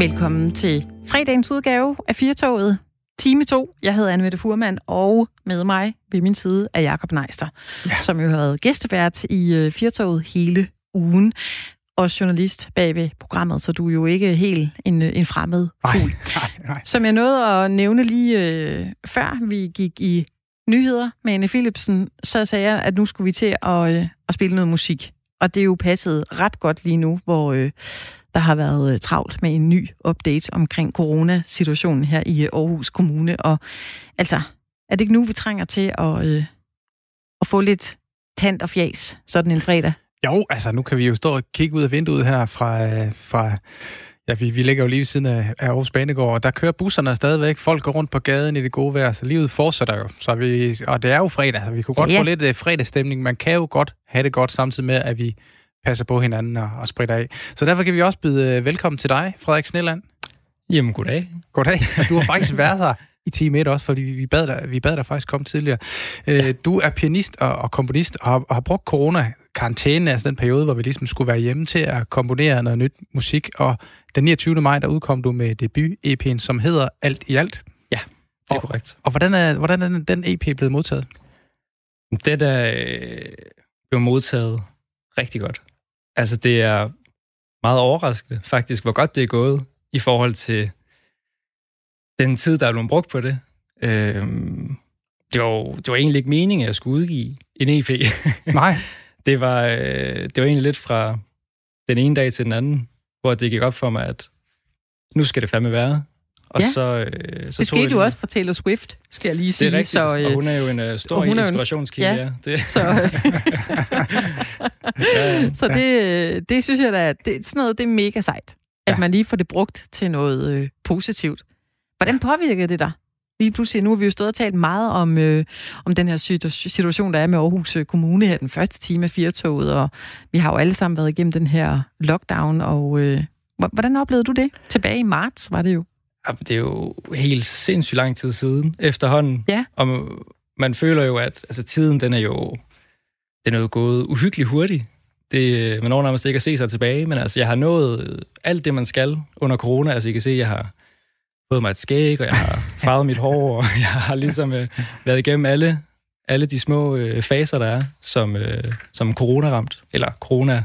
Velkommen til fredagens udgave af Firtoget, time 2. Jeg hedder Anne Mette Fuhrmann, og med mig ved min side er Jakob Neister, som jo har været gæstevært i Firtoget hele ugen, og journalist bag ved programmet, så du er jo ikke helt en fremmed fugl. Nej. Som jeg nåede at nævne lige før vi gik i nyheder med Anne Philipsen, så sagde jeg, at nu skulle vi til at spille noget musik. Og det er jo passet ret godt lige nu, hvor der har været travlt med en ny update omkring coronasituationen her i Aarhus Kommune. Og altså, er det ikke nu, vi trænger til at få lidt tand og fjas sådan en fredag? Jo, altså nu kan vi jo stå og kigge ud af vinduet her fra vi ligger jo lige ved siden af Aarhus Banegård, og der kører busserne stadigvæk. Folk går rundt på gaden i det gode vejr, så livet fortsætter jo. Og det er jo fredag, så vi kunne godt få lidt fredagsstemning. Man kan jo godt have det godt, samtidig med, at vi passer på hinanden og spritter af. Så derfor kan vi også byde velkommen til dig, Frederik Snelland. Jamen, goddag. Goddag. Du har faktisk været her i time 1 også, fordi vi bad dig faktisk komme tidligere. Du er pianist og komponist og har brugt corona-karantæne, altså den periode, hvor vi ligesom skulle være hjemme til at komponere noget nyt musik. Og den 29. maj, der udkom du med debut-EP'en, som hedder Alt i alt. Ja, det er korrekt. Og hvordan er den EP blevet modtaget? Den er blevet modtaget rigtig godt. Altså, det er meget overraskende, faktisk, hvor godt det er gået i forhold til den tid, der er blevet brugt på det. Det var egentlig ikke meningen, at jeg skulle udgive en EP. Nej. Det var egentlig lidt fra den ene dag til den anden, hvor det gik op for mig, at nu skal det fandme være. Og så det skete jo også for Taylor Swift, skal jeg lige sige. Det er rigtigt, og hun er jo en stor inspirationskilde. Ja. Så det synes jeg da, det er sådan noget, det er mega sejt, at man lige får det brugt til noget positivt. Hvordan påvirker det dig? Lige pludselig, nu har vi jo stået og talt meget om den her situation, der er med Aarhus Kommune her, den første time af Firtoget, og vi har jo alle sammen været igennem den her lockdown, og hvordan oplevede du det? Tilbage i marts var det jo. Det er jo helt sindssygt lang tid siden efterhånden. Ja. Og man føler jo, at altså, tiden den er jo gået uhyggeligt hurtigt. Man når nærmest ikke at se sig tilbage, men altså, jeg har nået alt det, man skal under corona. Altså, I kan se, jeg har fået mig et skæg, og jeg har farvet mit hår, og jeg har ligesom været igennem alle de små faser, der er, som corona-ramt, eller corona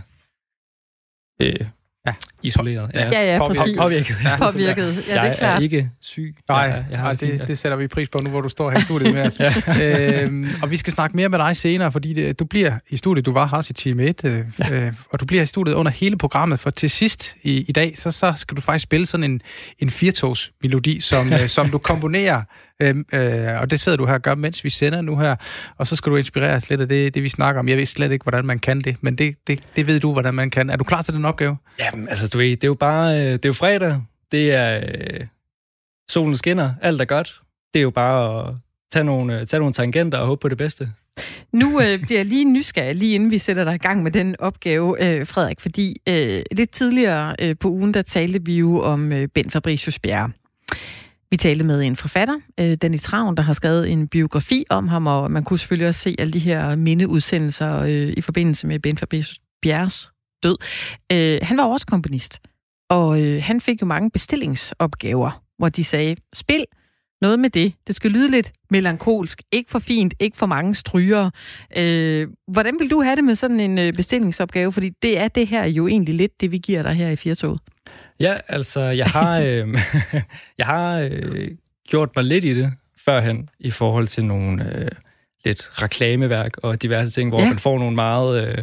isoleret. Ja, præcis. Påvirket. Ja, det er klart. Jeg er ikke syg. Det sætter vi pris på nu, hvor du står her i studiet med os. Og vi skal snakke mere med dig senere, fordi du bliver i studiet. Du var her i time 1, og du bliver i studiet under hele programmet, for til sidst i dag, så skal du faktisk spille sådan en firtogsmelodi, som du komponerer. Og det sidder du her og gør, mens vi sender nu her, og så skal du inspirere os lidt af det vi snakker om. Jeg ved slet ikke, hvordan man kan det, men det ved du, hvordan man kan. Er du klar til den opgave? Jamen, altså du ved, det er jo bare, det er jo fredag, det er solen skinner, alt er godt. Det er jo bare at tage nogle tangenter og håbe på det bedste. Nu bliver jeg lige nysgerrig, lige inden vi sætter dig i gang med den opgave, Frederik, fordi lidt tidligere på ugen, der talte vi jo om Bent Fabricius Bjerre. Vi talte med en forfatter, Danny Travn, der har skrevet en biografi om ham, og man kunne selvfølgelig også se alle de her mindeudsendelser i forbindelse med Bent Fabricius Bjerres død. Han var også komponist, og han fik jo mange bestillingsopgaver, hvor de sagde, spil noget med det. Det skal lyde lidt melankolsk, ikke for fint, ikke for mange strygere. Hvordan vil du have det med sådan en bestillingsopgave? Fordi det er det her jo egentlig lidt det, vi giver dig her i Firtoget. Ja, altså, jeg har gjort mig lidt i det førhen, i forhold til nogle lidt reklameværk og diverse ting, hvor man får nogle meget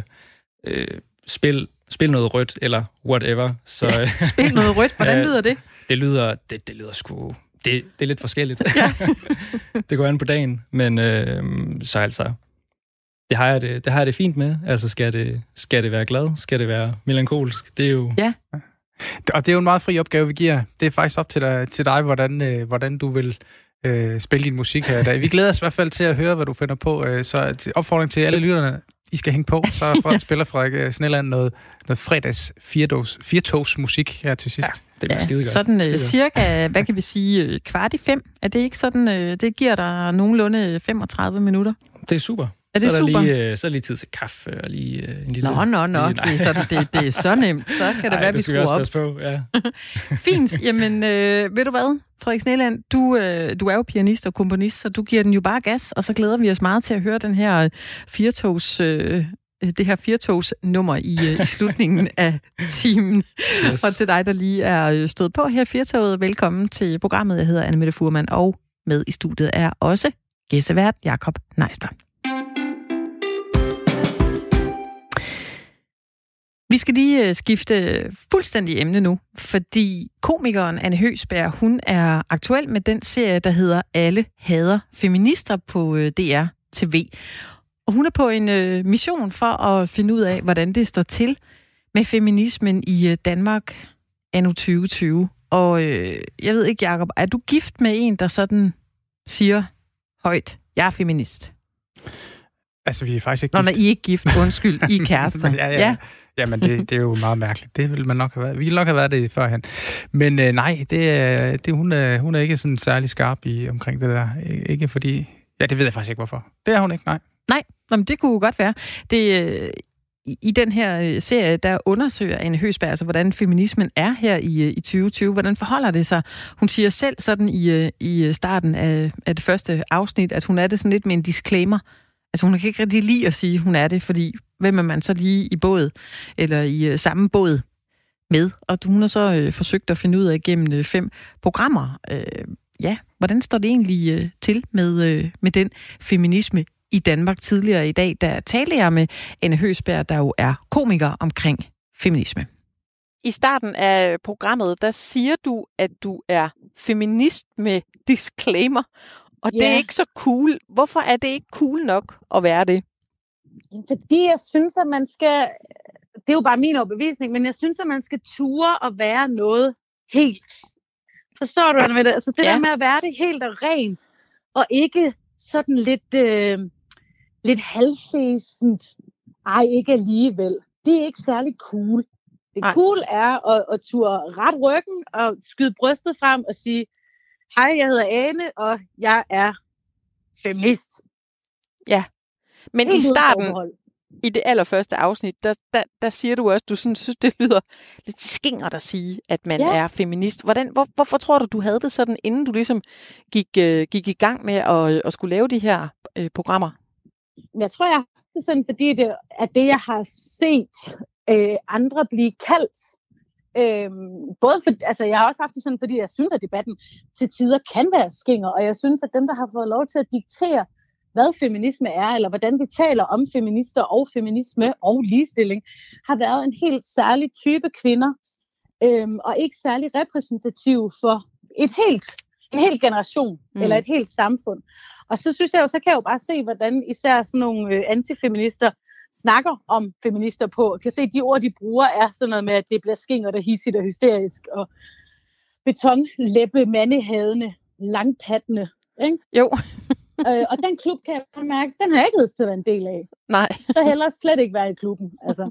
spil noget rødt, eller whatever. Så, spil noget rødt, hvordan lyder det? Det lyder sgu... Det er lidt forskelligt. Ja. Det går an på dagen, men så altså... Det har jeg det fint med. Altså, skal det være glad? Skal det være melankolsk? Det er jo... Ja. Og det er jo en meget fri opgave, vi giver. Det er faktisk op til dig hvordan du vil spille din musik her i dag. Vi glæder os i hvert fald til at høre, hvad du finder på. Så til opfordring til alle lytterne, I skal hænge på, så spiller Frederik Snelland noget fredags firtogs musik her til sidst. Ja, det er skide godt. Sådan cirka, hvad kan vi sige, 4:15. Er det ikke sådan, det giver dig nogenlunde 35 minutter? Det er super. Er det så super? Så er lige tid til kaffe og lige en lille... Nå. Det er, sådan, det er så nemt. Så kan det være, vi skruer op. På, ja. Fint. Jamen, ved du hvad, Frederik Sneland? Du er jo pianist og komponist, så du giver den jo bare gas, og så glæder vi os meget til at høre den her det her firetogsnummer i slutningen af timen. Yes. Og til dig, der lige er stået på her firetoget, velkommen til programmet. Jeg hedder Anne-Mette Fuhrmann, og med i studiet er også gæstevært Jakob Neister. Vi skal lige skifte fuldstændig emne nu, fordi komikeren Anne Høgsberg, hun er aktuel med den serie, der hedder Alle hader feminister på DR TV. Og hun er på en mission for at finde ud af, hvordan det står til med feminismen i Danmark anno 2020. Og jeg ved ikke, Jakob, er du gift med en, der sådan siger højt, jeg er feminist? Altså, vi er faktisk ikke gift. Nå, I er ikke gift, undskyld, I er kærester. Ja. Jamen, det er jo meget mærkeligt. Det ville man nok have været. Vi ville nok have været det førhen. Men nej, hun er ikke sådan særlig skarp omkring det der. Ikke fordi... Ja, det ved jeg faktisk ikke, hvorfor. Det er hun ikke, nej. Nej, men det kunne godt være. I den her serie, der undersøger Anne Høgsberg, altså hvordan feminismen er her i 2020. Hvordan forholder det sig? Hun siger selv sådan i starten af det første afsnit, at hun er det sådan lidt med en disclaimer. Altså hun kan ikke rigtig lide at sige, hun er det, fordi hvem er man så lige i båd, eller i samme båd med? Og hun har så forsøgt at finde ud af gennem 5 programmer. Hvordan står det egentlig til med den feminisme i Danmark? Tidligere i dag, der talte jeg med Anne Høgsberg, der jo er komiker omkring feminisme. I starten af programmet, der siger du, at du er feminist med disclaimer, og det er ikke så cool. Hvorfor er det ikke cool nok at være det? Fordi jeg synes, at man skal... Det er jo bare min overbevisning, men jeg synes, at man skal ture og være noget helt. Forstår du, Anne-Mette? Altså det der med at være det helt og rent, og ikke sådan lidt halvfæsent, ikke alligevel. Det er ikke særlig cool. Det cool er at ture ret ryggen og skyde brystet frem og sige, hej, jeg hedder Ane, og jeg er feminist. Ja, men i starten, i det allerførste afsnit, der siger du også, du synes, det lyder lidt skingert at sige, at man er feminist. Hvorfor tror du havde det sådan, inden du ligesom gik i gang med at skulle lave de her programmer? Jeg tror, jeg har det sådan, fordi det er det, jeg har set andre blive kaldt. Både for, altså jeg har også haft det sådan, fordi jeg synes, at debatten til tider kan være skinger, og jeg synes, at dem, der har fået lov til at diktere, hvad feminisme er, eller hvordan vi taler om feminister og feminisme og ligestilling, har været en helt særlig type kvinder, og ikke særlig repræsentativ for en hel generation, eller et helt samfund. Og så synes jeg jo, så kan jeg jo bare se, hvordan især sådan nogle antifeminister snakker om feminister på. Kan se, at de ord, de bruger, er sådan noget med, at det bliver skingert og hissigt og hysterisk, og betonlæppe, mandehadende, langpattende, ikke? Jo. Og den klub, kan jeg mærke, den har jeg ikke lyst til at være en del af. Nej. Så hellere slet ikke være i klubben, altså.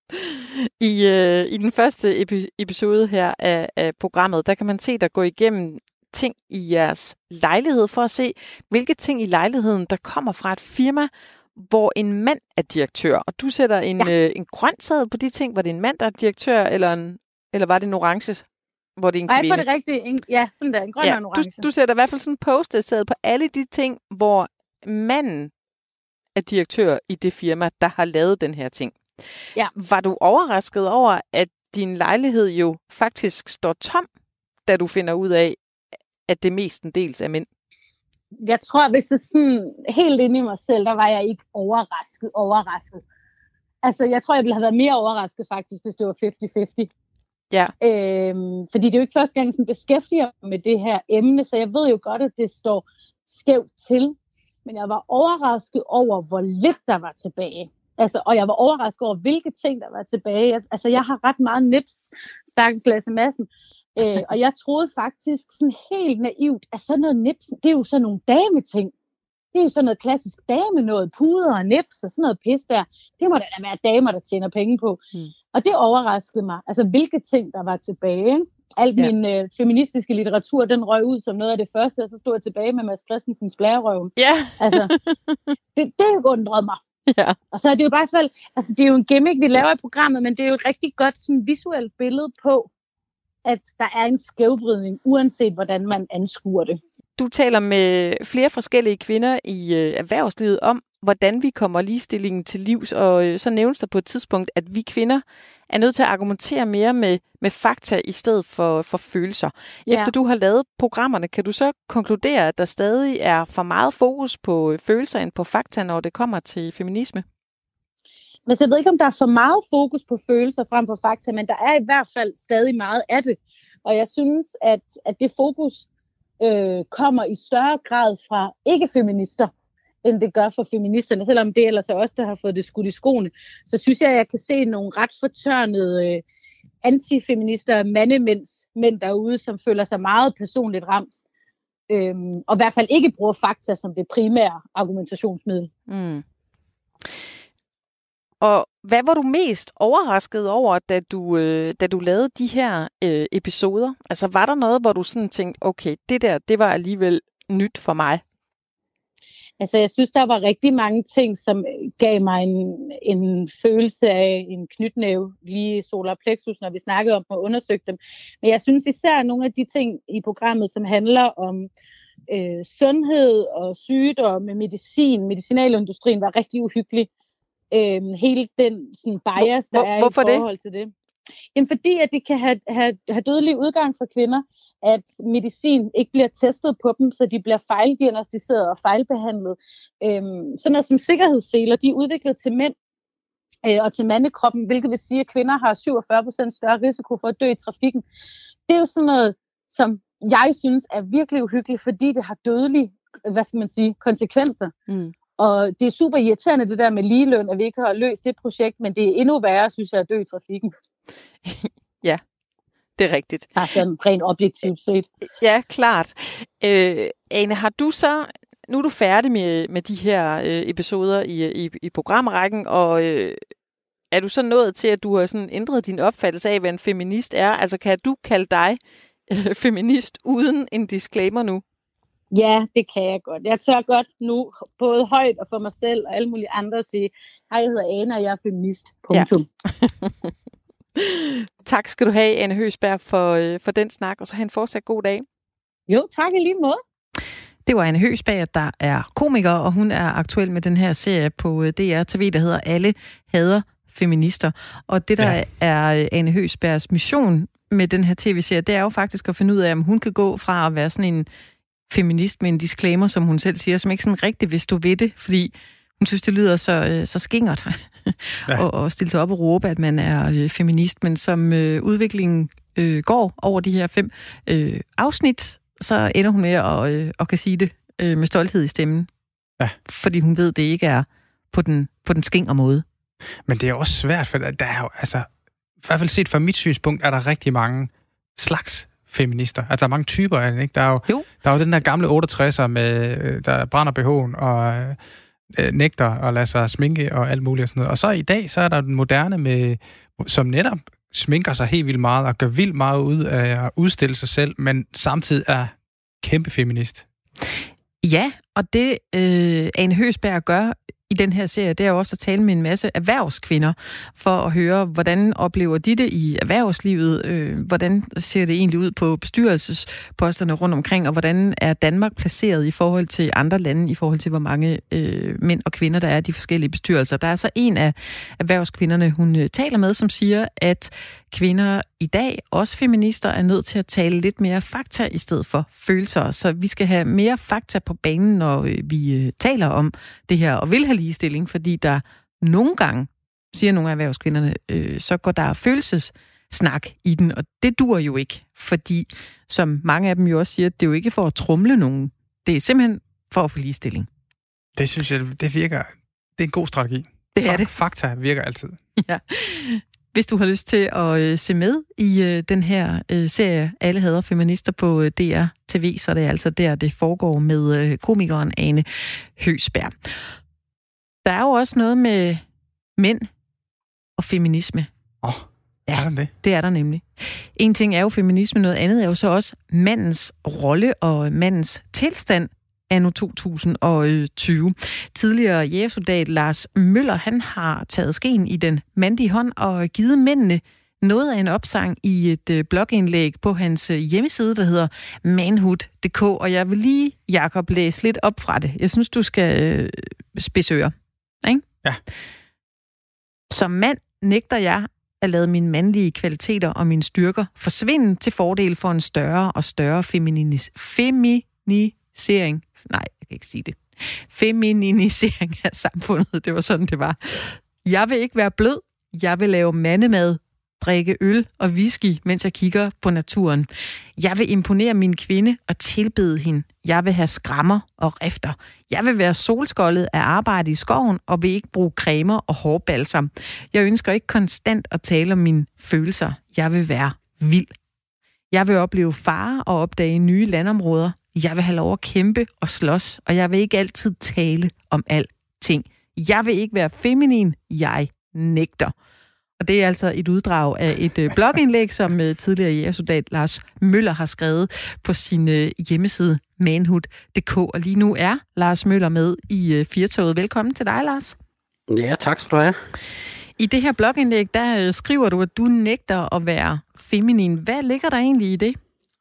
I den første episode her af programmet, der kan man se, der går igennem ting i jeres lejlighed, for at se, hvilke ting i lejligheden, der kommer fra et firma, hvor en mand er direktør. Og du sætter en grøn seddel på de ting, hvor det er en mand, der er direktør, eller var det en orange, hvor det er en kvinde? Nej, for det rigtigt. Ja, sådan der, en grøn og en orange. Du sætter i hvert fald sådan en post-it-seddel på alle de ting, hvor manden er direktør i det firma, der har lavet den her ting. Ja. Var du overrasket over, at din lejlighed jo faktisk står tom, da du finder ud af, at det mestendels er mænd? Jeg tror, hvis det sådan helt inde i mig selv, der var jeg ikke overrasket. Altså, jeg tror, jeg ville have været mere overrasket faktisk, hvis det var 50-50. Ja. Fordi det er jo ikke første gang, jeg beskæftiger mig med det her emne, så jeg ved jo godt, at det står skævt til. Men jeg var overrasket over, hvor lidt der var tilbage. Altså, og jeg var overrasket over, hvilke ting der var tilbage. Jeg har ret meget nips, stakkels Lasse Madsen. Og jeg troede faktisk sådan helt naivt, at sådan noget nips, det er jo sådan nogle dameting. Det er jo sådan noget klassisk dame, noget puder og nips og sådan noget pis der. Det må da være damer, der tjener penge på. Og det overraskede mig. Altså, hvilke ting der var tilbage. Alt min feministiske litteratur, den røg ud som noget af det første, og så stod jeg tilbage med Mads Christensens Blærerøven. Ja. Altså, det er jo undret mig. Ja. Og så er det jo i hvert fald, altså det er jo en gimmick, vi laver i programmet, men det er jo et rigtig godt sådan, visuelt billede på, at der er en skævvridning, uanset hvordan man anskuer det. Du taler med flere forskellige kvinder i erhvervslivet om, hvordan vi kommer ligestillingen til livs, og så nævnes der på et tidspunkt, at vi kvinder er nødt til at argumentere mere med fakta i stedet for følelser. Ja. Efter du har lavet programmerne, kan du så konkludere, at der stadig er for meget fokus på følelser end på fakta, når det kommer til feminisme? Men jeg ved ikke, om der er for meget fokus på følelser frem for fakta, men der er i hvert fald stadig meget af det. Og jeg synes, at det fokus kommer i større grad fra ikke-feminister, end det gør for feministerne. Selvom det ellers er os, der har fået det skudt i skoene, så synes jeg kan se nogle ret fortørnede antifeminister, mænd derude, som føler sig meget personligt ramt. Og i hvert fald ikke bruger fakta som det primære argumentationsmiddel. Mm. Og hvad var du mest overrasket over, da du lavede de her episoder? Altså var der noget, hvor du sådan tænkte, okay, det var alligevel nyt for mig? Altså jeg synes, der var rigtig mange ting, som gav mig en følelse af en knytnæve lige i solar plexus, når vi snakkede om at undersøge dem. Men jeg synes især nogle af de ting i programmet, som handler om sundhed og sygdomme, medicinalindustrien var rigtig uhyggelig. Hele den sådan, bias, der er i forhold til det. Jamen fordi, at det kan have dødelig udgang for kvinder, at medicin ikke bliver testet på dem, så de bliver fejldiagnosticeret og fejlbehandlet. Sådan noget som sikkerhedsseler, de er udviklet til mænd og til mandekroppen, hvilket vil sige, at kvinder har 47% større risiko for at dø i trafikken. Det er jo sådan noget, som jeg synes er virkelig uhyggeligt, fordi det har dødelige, konsekvenser. Mm. Og det er super irriterende, det der med ligeløn, at vi ikke har løst det projekt, men det er endnu værre, synes jeg, at dø i trafikken. Ja, det er rigtigt. Altså rent objektivt set. Ja, klart. Ane, har du så, nu er du færdig med de her episoder i programrækken, og er du så nået til, at du har sådan ændret din opfattelse af, hvad en feminist er? Altså kan du kalde dig feminist uden en disclaimer nu? Ja, det kan jeg godt. Jeg tør godt nu, både højt og for mig selv og alle mulige andre, at sige, hej, jeg hedder Ane, og jeg er feminist. Punktum. Ja. Tak skal du have, Ane Høgsberg, for den snak, og så have en fortsat god dag. Jo, tak i lige måde. Det var Ane Høgsberg, der er komiker, og hun er aktuel med den her serie på DR TV, der hedder Alle hader feminister. Og det, der er Ane Høgsbergs mission med den her tv-serie, det er jo faktisk at finde ud af, om hun kan gå fra at være sådan en feminist med en disclaimer, som hun selv siger, som ikke sådan rigtig vil stå ved det, fordi hun synes, det lyder så skingert og stille sig op og råbe, at man er feminist, men som udviklingen går over de her 5 afsnit, så ender hun med at kan sige det med stolthed i stemmen. Ja. Fordi hun ved, det ikke er på den skingre måde. Men det er også svært, for der er jo, altså, i hvert fald set fra mit synspunkt, er der rigtig mange slags feminister. Altså, der er mange typer af det, ikke? Der er jo den der gamle 68'er, der brænder BH'en og nægter at lade sig sminke og alt muligt og sådan noget. Og så i dag, så er der den moderne, som netop sminker sig helt vildt meget og gør vildt meget ud af at udstille sig selv, men samtidig er kæmpe feminist. Ja, og det Ane Høgsberg gør i den her serie, det er jo også at tale med en masse erhvervskvinder, for at høre, hvordan oplever de det i erhvervslivet, hvordan ser det egentlig ud på bestyrelsesposterne rundt omkring, og hvordan er Danmark placeret i forhold til andre lande, i forhold til hvor mange mænd og kvinder, der er i de forskellige bestyrelser. Der er så en af erhvervskvinderne, hun taler med, som siger, at kvinder i dag, også feminister, er nødt til at tale lidt mere fakta i stedet for følelser. Så vi skal have mere fakta på banen, når vi taler om det her, og vil have ligestilling, fordi der nogle gange, siger nogle af erhvervskvinderne, så går der følelsessnak i den, og det dur jo ikke, fordi, som mange af dem jo også siger, det er jo ikke for at tromle nogen. Det er simpelthen for at få ligestilling. Det synes jeg, det virker, det er en god strategi. Det er det. Fakta virker altid. Ja. Hvis du har lyst til at se med i den her serie, Alle hader feminister på DR TV, så er det altså der, det foregår med komikeren Ane Høgsberg. Der er jo også noget med mænd og feminisme. Ja, er der det? Det er der nemlig. En ting er jo feminisme, noget andet er jo så også mandens rolle og mandens tilstand anno 2020. Tidligere jægersoldat Lars Møller, han har taget skeen i den mandige hånd og givet mændene noget af en opsang i et blogindlæg på hans hjemmeside, der hedder manhood.dk. Og jeg vil lige, Jakob, læse lidt op fra det. Jeg synes, du skal spidse ører. Ikke? Ja. Som mand nægter jeg at lade mine mandlige kvaliteter og mine styrker forsvinde til fordel for en større og større feminisering. Nej, jeg kan ikke sige det. Feminisering af samfundet. Det var sådan, det var. Jeg vil ikke være blød. Jeg vil lave mandemad, drikke øl og whisky, mens jeg kigger på naturen. Jeg vil imponere min kvinde og tilbede hende. Jeg vil have skrammer og rifter. Jeg vil være solskoldet af arbejde i skoven og vil ikke bruge cremer og hårbalsam. Jeg ønsker ikke konstant at tale om mine følelser. Jeg vil være vild. Jeg vil opleve fare og opdage nye landområder. Jeg vil have lov at kæmpe og slås, og jeg vil ikke altid tale om alting. Jeg vil ikke være feminin. Jeg nægter. Og det er altså et uddrag af et blogindlæg, som tidligere jægersoldat Lars Møller har skrevet på sin hjemmeside manhood.dk. Og lige nu er Lars Møller med i Firtoget. Velkommen til dig, Lars. Ja, tak skal du have. I det her blogindlæg, der skriver du, at du nægter at være feminin. Hvad ligger der egentlig i det?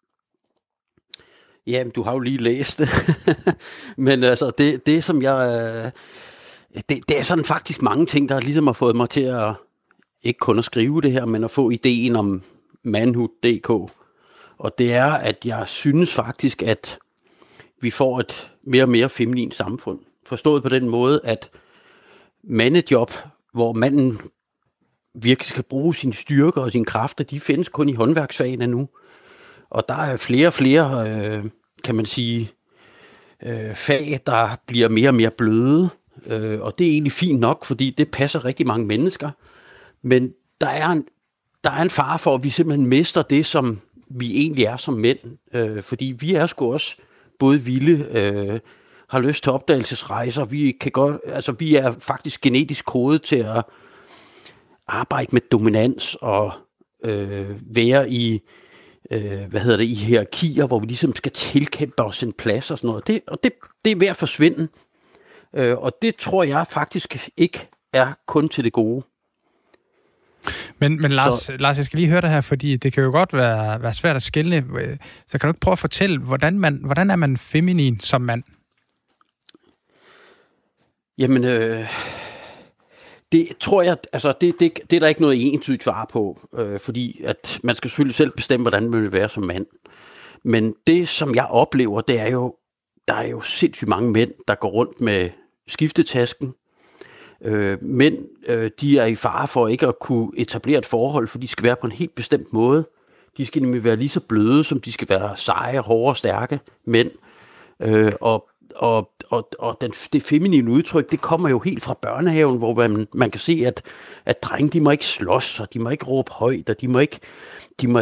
Jamen, du har jo lige læst det. Men altså, det som jeg... Det er sådan faktisk mange ting, der ligesom har fået mig til at ikke kun at skrive det her, men at få ideen om manhood.dk. Og det er, at jeg synes faktisk, at vi får et mere og mere feminint samfund. Forstået på den måde, at mandejob, hvor manden virkelig skal bruge sine styrker og sine kræfter, de findes kun i håndværksfagene nu. Og der er flere og flere, kan man sige, fag, der bliver mere og mere bløde. Og det er egentlig fint nok, fordi det passer rigtig mange mennesker. Men der er en fare for, at vi simpelthen mister det, som vi egentlig er som mænd. Fordi vi er sgu også både vilde, har lyst til opdagelsesrejser. Vi er faktisk genetisk kodet til at arbejde med dominans og være i i hierarkier, hvor vi ligesom skal tilkæmpe os en plads og sådan noget. Det er ved at forsvinde. Og det tror jeg faktisk ikke er kun til det gode. Men Lars, jeg skal lige høre det her, fordi det kan jo godt være svært at skelne. Så kan du ikke prøve at fortælle, hvordan er man feminin som mand? Jamen, det tror jeg, altså det er der ikke noget entydigt svar på, fordi at man skal selvfølgelig selv bestemme, hvordan man vil være som mand. Men det, som jeg oplever, det er jo, der er jo sindssygt mange mænd, der går rundt med skiftetasken. Mænd, de er i fare for ikke at kunne etablere et forhold, for de skal være på en helt bestemt måde. De skal nemlig være lige så bløde, som de skal være seje, hårde og stærke mænd. Det feminine udtryk, det kommer jo helt fra børnehaven, hvor man kan se, at drenge, de må ikke slås, og de må ikke råbe højt, og de må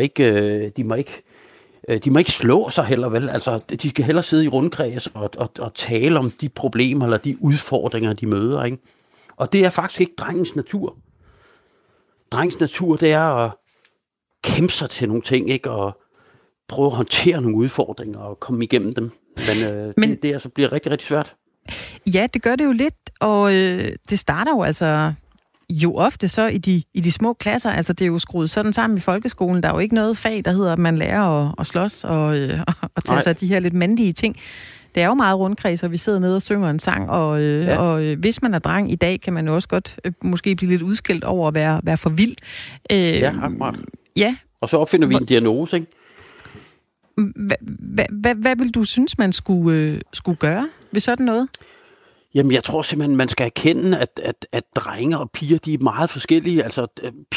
ikke slå sig heller, vel? Altså, de skal hellere sidde i rundkreds og tale om de problemer eller de udfordringer, de møder, ikke? Og det er faktisk ikke drengens natur. Drengens natur, det er at kæmpe sig til nogle ting, ikke? Og prøve at håndtere nogle udfordringer og komme igennem dem. Men det altså bliver rigtig, rigtig svært. Ja, det gør det jo lidt, og det starter jo altså jo ofte så i de små klasser. Altså, det er jo skruet sådan sammen i folkeskolen. Der er jo ikke noget fag, der hedder, at man lærer at slås og tage sig af de her lidt mandige ting. Det er jo meget rundkreds, og vi sidder nede og synger en sang, og hvis man er dreng i dag, kan man jo også godt måske blive lidt udskilt over at være for vild. Ja, akkurat. Ja. Og så opfinder vi en diagnose, ikke? Hvad vil du synes, man skulle gøre ved sådan noget? Jamen, jeg tror simpelthen, man skal erkende, at drenge og piger, de er meget forskellige. Altså,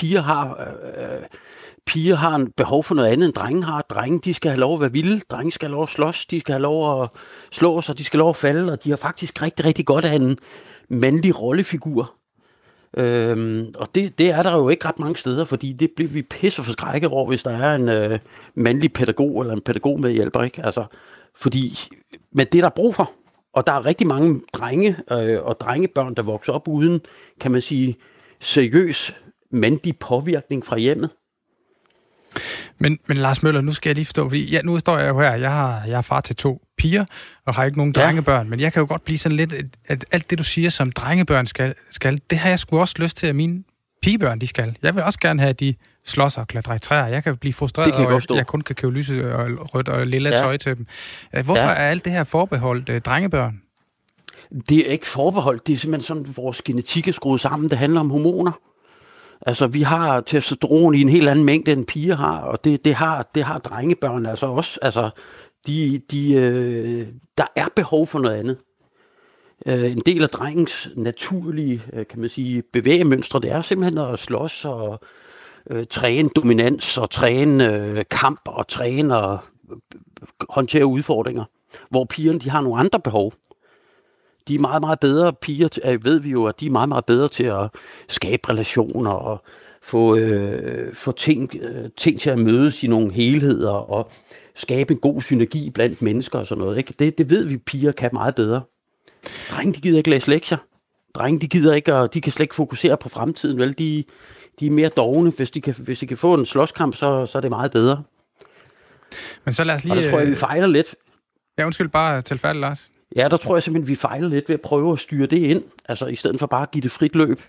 piger har en behov for noget andet, end drenge har. Drenge, de skal have lov at være vilde. Drenge skal have lov at slås. De skal have lov at slå sig. De skal have lov at falde. Og de har faktisk rigtig, rigtig godt af en mandlig rollefigur. Og det er der jo ikke ret mange steder, fordi det bliver vi pisse forskrækket over, hvis der er en mandlig pædagog eller en pædagog med hjælper, ikke? Altså, men det er der brug for. Og der er rigtig mange drenge og drengebørn, der vokser op uden, kan man sige, seriøs mandlig påvirkning fra hjemmet. Men Lars Møller, nu skal jeg lige forstå, fordi nu står jeg jo her, jeg er far til 2 piger, og har ikke nogen drengebørn, men jeg kan jo godt blive sådan lidt, at alt det, du siger, som drengebørn skal, det har jeg sgu også lyst til, at mine pigebørn, de skal. Jeg vil også gerne have, at de slås og klatrer i træer. Jeg kan blive frustreret over, at jeg kun kan købe lyse og rødt og lilla tøj til dem. Hvorfor er alt det her forbeholdt drengebørn? Det er ikke forbeholdt, det er simpelthen sådan, vores genetik er skruet sammen. Det handler om hormoner. Altså, vi har testosteron i en helt anden mængde, end piger har, og det har drengebørn altså også. Altså, der er behov for noget andet. En del af drengens naturlige, kan man sige, bevægemønstre, det er simpelthen at slås og træne dominans og træne kamp og træne og håndtere udfordringer. Hvor pigerne, de har nogle andre behov. De er meget, meget bedre, piger, ved vi jo, at de er meget, meget bedre til at skabe relationer og få ting til at mødes i nogle helheder og skabe en god synergi blandt mennesker og sådan noget. Ikke? Det ved vi, piger kan meget bedre. Drenge, de gider ikke læse lektier. Drenge, de gider ikke, og de kan slet ikke fokusere på fremtiden. Vel? De er mere dovne. Hvis de kan få en slåskamp, så er det meget bedre. Men så lad os lige... Og der tror jeg, vi fejler lidt. Ja, undskyld, bare til færdig, Lars. Ja, der tror jeg simpelthen, vi fejler lidt ved at prøve at styre det ind. Altså i stedet for bare at give det frit løb.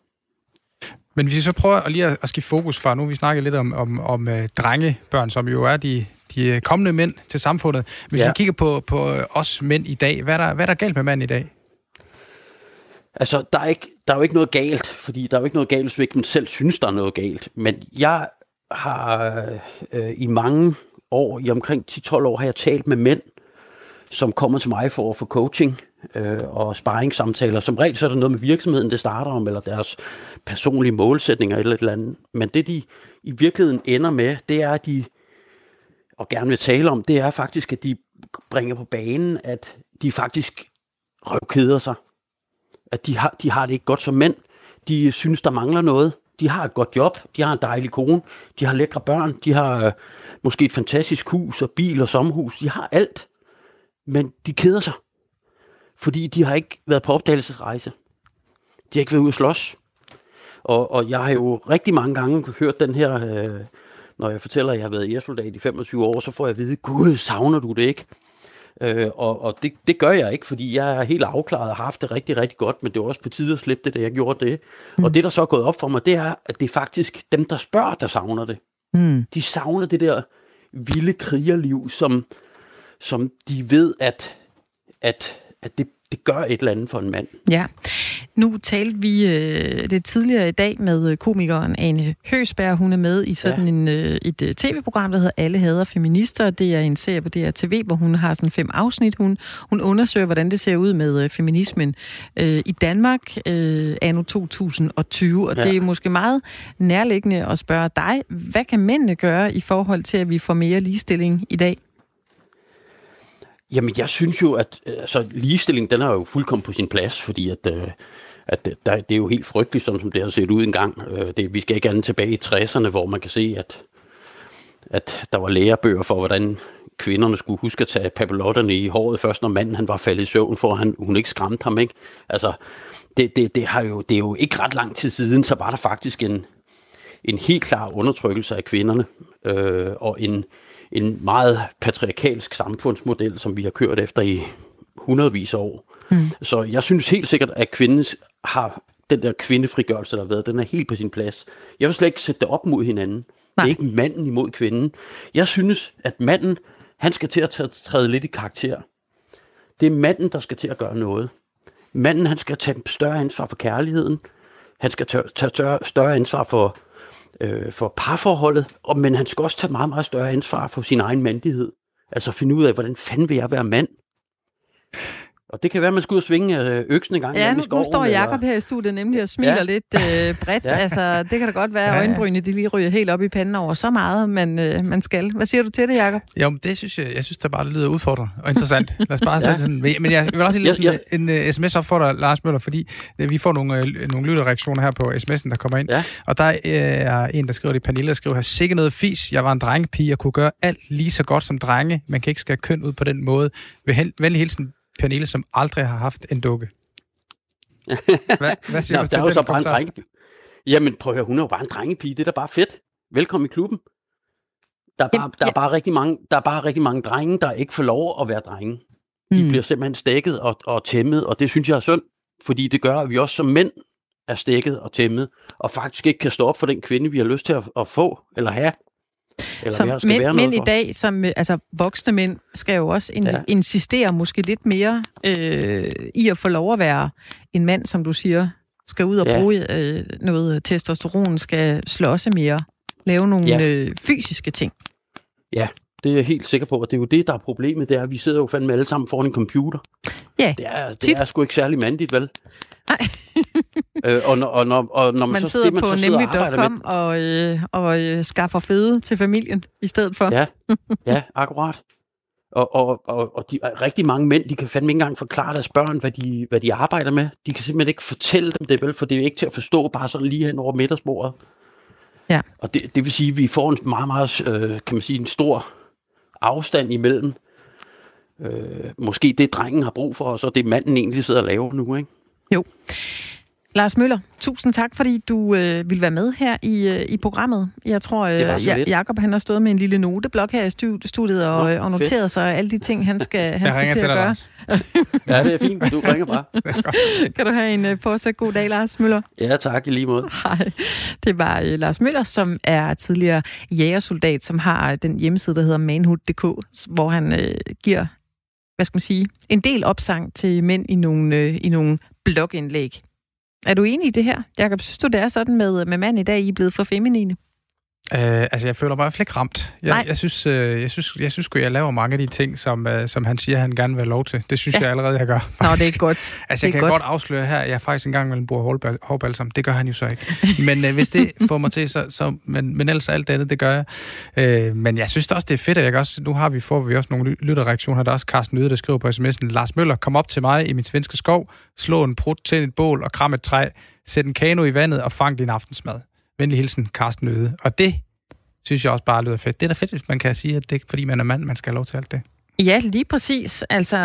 Men hvis vi så prøver lige at skifte fokus fra, nu vi snakker lidt om drengebørn, som jo er de kommende mænd til samfundet. Hvis vi kigger på os mænd i dag, hvad er der galt med mænd i dag? Altså, der er jo ikke noget galt, fordi der er jo ikke noget galt, hvis man selv synes, der er noget galt. Men jeg har i mange år, i omkring 10-12 år, har jeg talt med mænd, som kommer til mig for at få coaching og sparringssamtaler. Som regel så er der noget med virksomheden, det starter om, eller deres personlige målsætninger eller et eller andet. Men det, de i virkeligheden ender med, det er, at de, og gerne vil tale om, det er faktisk, at de bringer på banen, at de faktisk røvkeder sig. At de har det ikke godt som mænd. De synes, der mangler noget. De har et godt job, de har en dejlig kone, de har lækre børn, de har måske et fantastisk hus og bil og sommerhus. De har alt. Men de keder sig, fordi de har ikke været på opdagelsesrejse. De har ikke været ude at slås. Og jeg har jo rigtig mange gange hørt den her, når jeg fortæller, at jeg har været jægersoldat i 25 år, så får jeg at vide, Gud, savner du det ikke? Og det gør jeg ikke, fordi jeg er helt afklaret og har haft det rigtig, rigtig godt, men det var også på tide at slippe det, da jeg gjorde det. Og det, der så er gået op for mig, det er, at det er faktisk dem, der spørger, der savner det. De savner det der vilde krigerliv, som de ved, at det gør et eller andet for en mand. Ja. Nu talte vi det tidligere i dag med komikeren Ane Høgsberg. Hun er med i sådan et tv-program, der hedder Alle hader feminister. Det er en serie på DRTV, hvor hun har sådan 5 afsnit. Hun undersøger, hvordan det ser ud med feminismen i Danmark anno 2020. Og det er måske meget nærliggende at spørge dig, hvad kan mændene gøre i forhold til, at vi får mere ligestilling i dag? Jamen, jeg synes jo, at ligestilling, den er jo fuldkommen på sin plads, fordi at det er jo helt frygteligt, sådan som det har set ud engang. Vi skal ikke andet tilbage i 60'erne, hvor man kan se, at der var lærebøger for, hvordan kvinderne skulle huske at tage papillotterne i håret først, når manden han var faldet i søvn, for hun ikke skræmte ham, ikke? Altså, det er jo ikke ret lang tid siden, så var der faktisk en helt klar undertrykkelse af kvinderne, og en meget patriarkalsk samfundsmodel, som vi har kørt efter i hundredvis af år. Så jeg synes helt sikkert, at kvinden har den der kvindefrigørelse, der har været, den er helt på sin plads. Jeg vil slet ikke sætte det op mod hinanden. Nej. Det er ikke manden imod kvinden. Jeg synes, at manden, han skal til at træde lidt i karakter. Det er manden, der skal til at gøre noget. Manden, han skal tage større ansvar for kærligheden. Han skal tage større ansvar for parforholdet, men han skal også tage meget, meget større ansvar for sin egen mandighed. Altså finde ud af, hvordan fanden vil jeg være mand? Og det kan være, at man skal ud og svinge øksen en gang. Ja, nu står Jakob her i studiet nemlig og smiler lidt bredt. Ja. Altså, det kan da godt være, at øjenbrynene de lige ryger helt op i panden over så meget, man skal. Hvad siger du til det, Jakob? Jo, men det synes jeg synes, det bare lyder udfordrende og interessant. Lad os bare sige sådan. Men jeg vil også lige en sms op for dig, Lars Møller, fordi vi får nogle lytterreaktioner her på sms'en, der kommer ind. Ja. Og der er en, der skriver det, Pernille, der skriver her, sikke noget fis. Jeg var en drengepige, jeg kunne gøre alt lige så godt som drenge. Man kan ikke skære køn ud på den måde. Venlig hilsen, Pernille, som aldrig har haft en dukke. Hvad siger du til den? Så bare en drengepige. Jamen prøv at høre, hun er jo bare en drengepige. Det er da bare fedt. Velkommen i klubben. Der er bare rigtig mange drenge, der ikke får lov at være drenge. De bliver simpelthen stækket og tæmmet, og det synes jeg er synd, fordi det gør, at vi også som mænd er stækket og tæmmet, og faktisk ikke kan stå op for den kvinde, vi har lyst til at få eller have. Eller som mænd i dag, som altså voksne mænd, skal jo også insistere måske lidt mere i at få lov at være en mand, som du siger, skal ud og bruge noget testosteron, skal slåse mere, lave nogle fysiske ting. Ja. Det er jeg helt sikker på, og det er jo det, der er problemet, det er, at vi sidder jo fandme alle sammen foran en computer. Ja, det er sgu ikke særlig mandigt, vel? Nej. og når man så sidder på nemlig.com og skaffer føde til familien i stedet for. Ja, akkurat. Og rigtig mange mænd, de kan fandme ikke engang forklare deres børn, hvad de arbejder med. De kan simpelthen ikke fortælle dem det, vel, for det er jo ikke til at forstå bare sådan lige hen over middagsbordet. Ja. Og det vil sige, at vi får en meget, meget, kan man sige, en stor afstand imellem måske det, drengen har brug for, og så det, manden egentlig sidder og laver nu, ikke? Jo. Lars Møller, tusind tak, fordi du ville være med her i programmet. Jeg tror, Jakob han har stået med en lille noteblok her i studiet og noteret sig alle de ting, han skal til at gøre. Ja, det er fint, du ringer bare. Kan du have en fortsat god dag, Lars Møller? Ja, tak, i lige måde. Hej. Det var Lars Møller, som er tidligere jægersoldat, som har den hjemmeside, der hedder manhood.dk, hvor han giver, en del opsang til mænd i nogle blogindlæg. Er du enig i det her, Jakob? Synes du, det er sådan med mand i dag, I er blevet for feminine? Jeg føler mig i hvert fald ikke ramt. Jeg synes sgu, jeg laver mange af de ting, som han siger, han gerne vil have lov til. Det synes jeg allerede, jeg gør. Faktisk. Nå, det er godt. Altså, jeg kan godt afsløre her, at jeg faktisk engang mellem bruger hårbalsam. Det gør han jo så ikke. Men hvis det får mig til, men ellers alt andet, det gør jeg. Men jeg synes også, det er fedt, at nu får vi også nogle lytterreaktioner. Der er også Carsten Yde, der skriver på sms'en: Lars Møller, kom op til mig i min svenske skov, slå en prut til et bål og kram et træ, sæt en kano i vandet og fang din aftensmad. Venlig hilsen, Carsten Yde. Og det synes jeg også bare lyder fedt. Det er da fedt, hvis man kan sige, at det fordi man er mand, man skal have lov til alt det. Ja, lige præcis. Altså,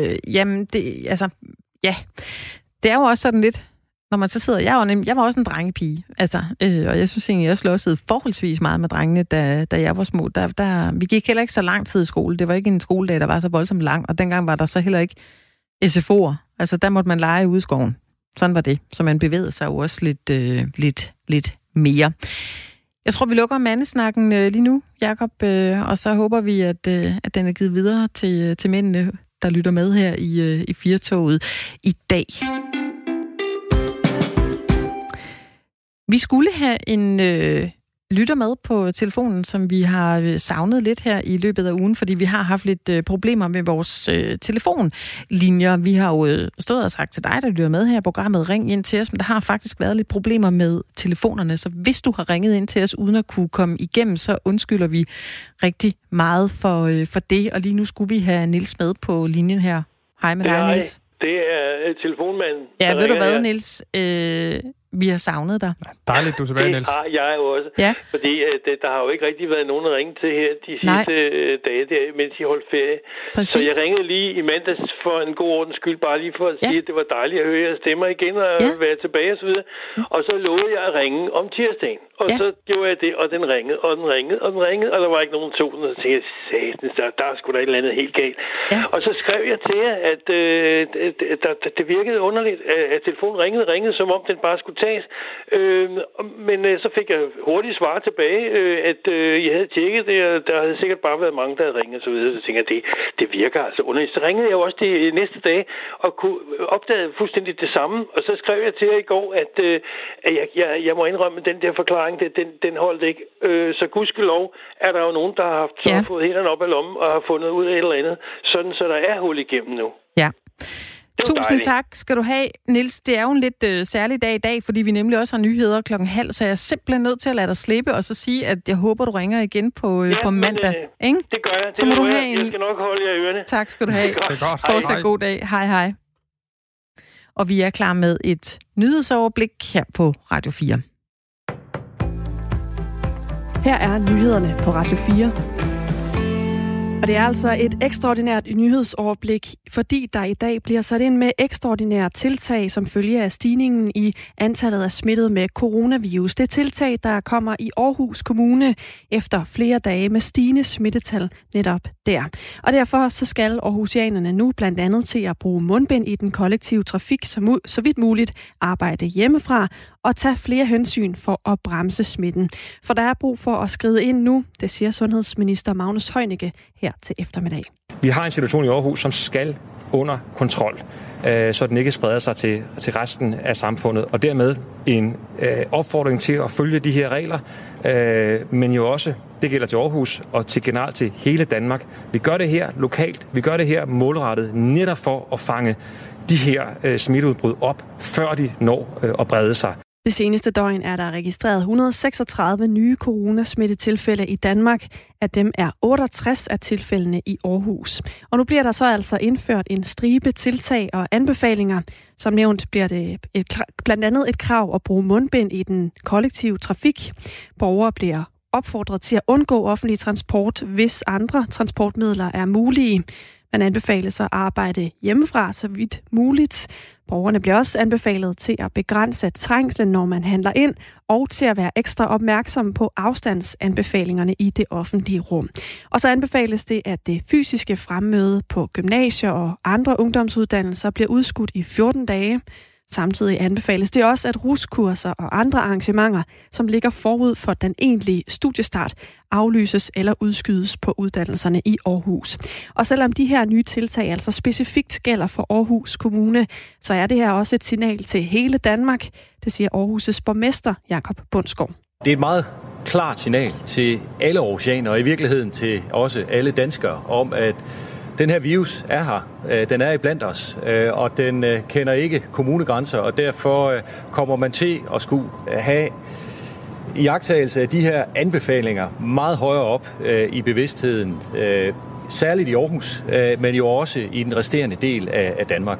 det er jo også sådan lidt, når man så sidder, jeg var også en drengepige, og jeg synes egentlig, jeg slåsede forholdsvis meget med drengene, da jeg var små. Vi gik heller ikke så lang tid i skole. Det var ikke en skoledag, der var så voldsomt lang, og dengang var der så heller ikke SFO'er. Altså, der måtte man lege ude i skoven. Sådan var det. Så man bevægede sig jo også lidt mere. Jeg tror, vi lukker mandesnakken lige nu, Jakob, og så håber vi, at den er givet videre til mændene, der lytter med her i Firtoget i dag. Vi skulle have en lytter med på telefonen, som vi har savnet lidt her i løbet af ugen, fordi vi har haft lidt problemer med vores telefonlinjer. Vi har jo stået og sagt til dig, der lytter med her i programmet, ring ind til os, men der har faktisk været lidt problemer med telefonerne, så hvis du har ringet ind til os uden at kunne komme igennem, så undskylder vi rigtig meget for det, og lige nu skulle vi have Niels med på linjen her. Hej med dig, Niels. Det er telefonmanden. Ja, ved du hvad, Niels? Vi har savnet dig. Dejligt, du er tilbage, Niels. Det har jeg jo også. Ja. Fordi der har jo ikke rigtig været nogen at ringe til her de sidste dage, mens I holdt ferie. Præcis. Så jeg ringede lige i mandags for en god ordens skyld, bare lige for at sige, at det var dejligt at høre jeres stemmer igen og være tilbage og så videre. Og så lovede jeg at ringe om tirsdagen. Og så gjorde jeg det, og den ringede, og den ringede, og den ringede, og der var ikke nogen tonen. Og så tænkte jeg, der er sgu da et eller andet helt galt. Ja. Og så skrev jeg til jer, at det virkede underligt, at telefonen ringede, som om den bare skulle tages. Men så fik jeg hurtigt svar tilbage, at jeg havde tjekket det, og der havde sikkert bare været mange, der havde ringet og så videre. Så tænkte jeg, det virker altså underligt. Så ringede jeg jo også de næste dage, og kunne opdage fuldstændig det samme. Og så skrev jeg til jer i går, at jeg må indrømme, den der forklaring, den holdt ikke. Så gudskelov er der jo nogen, der har fået hænderne op af lommen og har fundet ud af et eller andet, sådan så der er hul igennem nu. Ja. Tusind tak skal du have, Niels. Det er jo en lidt særlig dag i dag, fordi vi nemlig også har nyheder 12:30, så jeg er simpelthen nødt til at lade dig slippe og så sige, at jeg håber, du ringer igen på mandag. Men, det gør jeg. Så må du have jeg skal nok holde jer i ørene. Tak skal du have. Det er godt. Fortsat god dag. Hej. Og vi er klar med et nyhedsoverblik her på Radio 4. Her er nyhederne på Radio 4. Og det er altså et ekstraordinært nyhedsoverblik, fordi der i dag bliver sat ind med ekstraordinære tiltag som følge af stigningen i antallet af smittede med coronavirus. Det er tiltag, der kommer i Aarhus Kommune efter flere dage med stigende smittetal netop der. Og derfor så skal aarhusianerne nu blandt andet til at bruge mundbind i den kollektive trafik, så vidt muligt arbejde hjemmefra og tage flere hensyn for at bremse smitten. For der er brug for at skride ind nu, det siger sundhedsminister Magnus Heunicke her til eftermiddag. Vi har en situation i Aarhus, som skal under kontrol, så den ikke spreder sig til resten af samfundet. Og dermed en opfordring til at følge de her regler, men jo også, det gælder til Aarhus og til generelt til hele Danmark. Vi gør det her lokalt, vi gør det her målrettet, netop for at fange de her smitteudbrud op, før de når at brede sig. Det seneste døgn er der registreret 136 nye coronasmittetilfælde i Danmark. Af dem er 68 af tilfældene i Aarhus. Og nu bliver der så altså indført en stribe tiltag og anbefalinger. Som nævnt bliver det blandt andet et krav at bruge mundbind i den kollektive trafik. Borgere bliver opfordret til at undgå offentlig transport, hvis andre transportmidler er mulige. Man anbefales at arbejde hjemmefra så vidt muligt. Borgerne bliver også anbefalet til at begrænse trængslen, når man handler ind, og til at være ekstra opmærksomme på afstandsanbefalingerne i det offentlige rum. Og så anbefales det, at det fysiske fremmøde på gymnasier og andre ungdomsuddannelser bliver udskudt i 14 dage. Samtidig anbefales det også, at ruskurser og andre arrangementer, som ligger forud for den egentlige studiestart, aflyses eller udskydes på uddannelserne i Aarhus. Og selvom de her nye tiltag altså specifikt gælder for Aarhus Kommune, så er det her også et signal til hele Danmark, det siger Aarhus' borgmester Jakob Bundsgaard. Det er et meget klart signal til alle aarhusianere og i virkeligheden til også alle danskere om, at den her virus er her. Den er iblandt os, og den kender ikke kommunegrænser, og derfor kommer man til at skulle have iagttagelse af de her anbefalinger meget højere op i bevidstheden, særligt i Aarhus, men jo også i den resterende del af Danmark.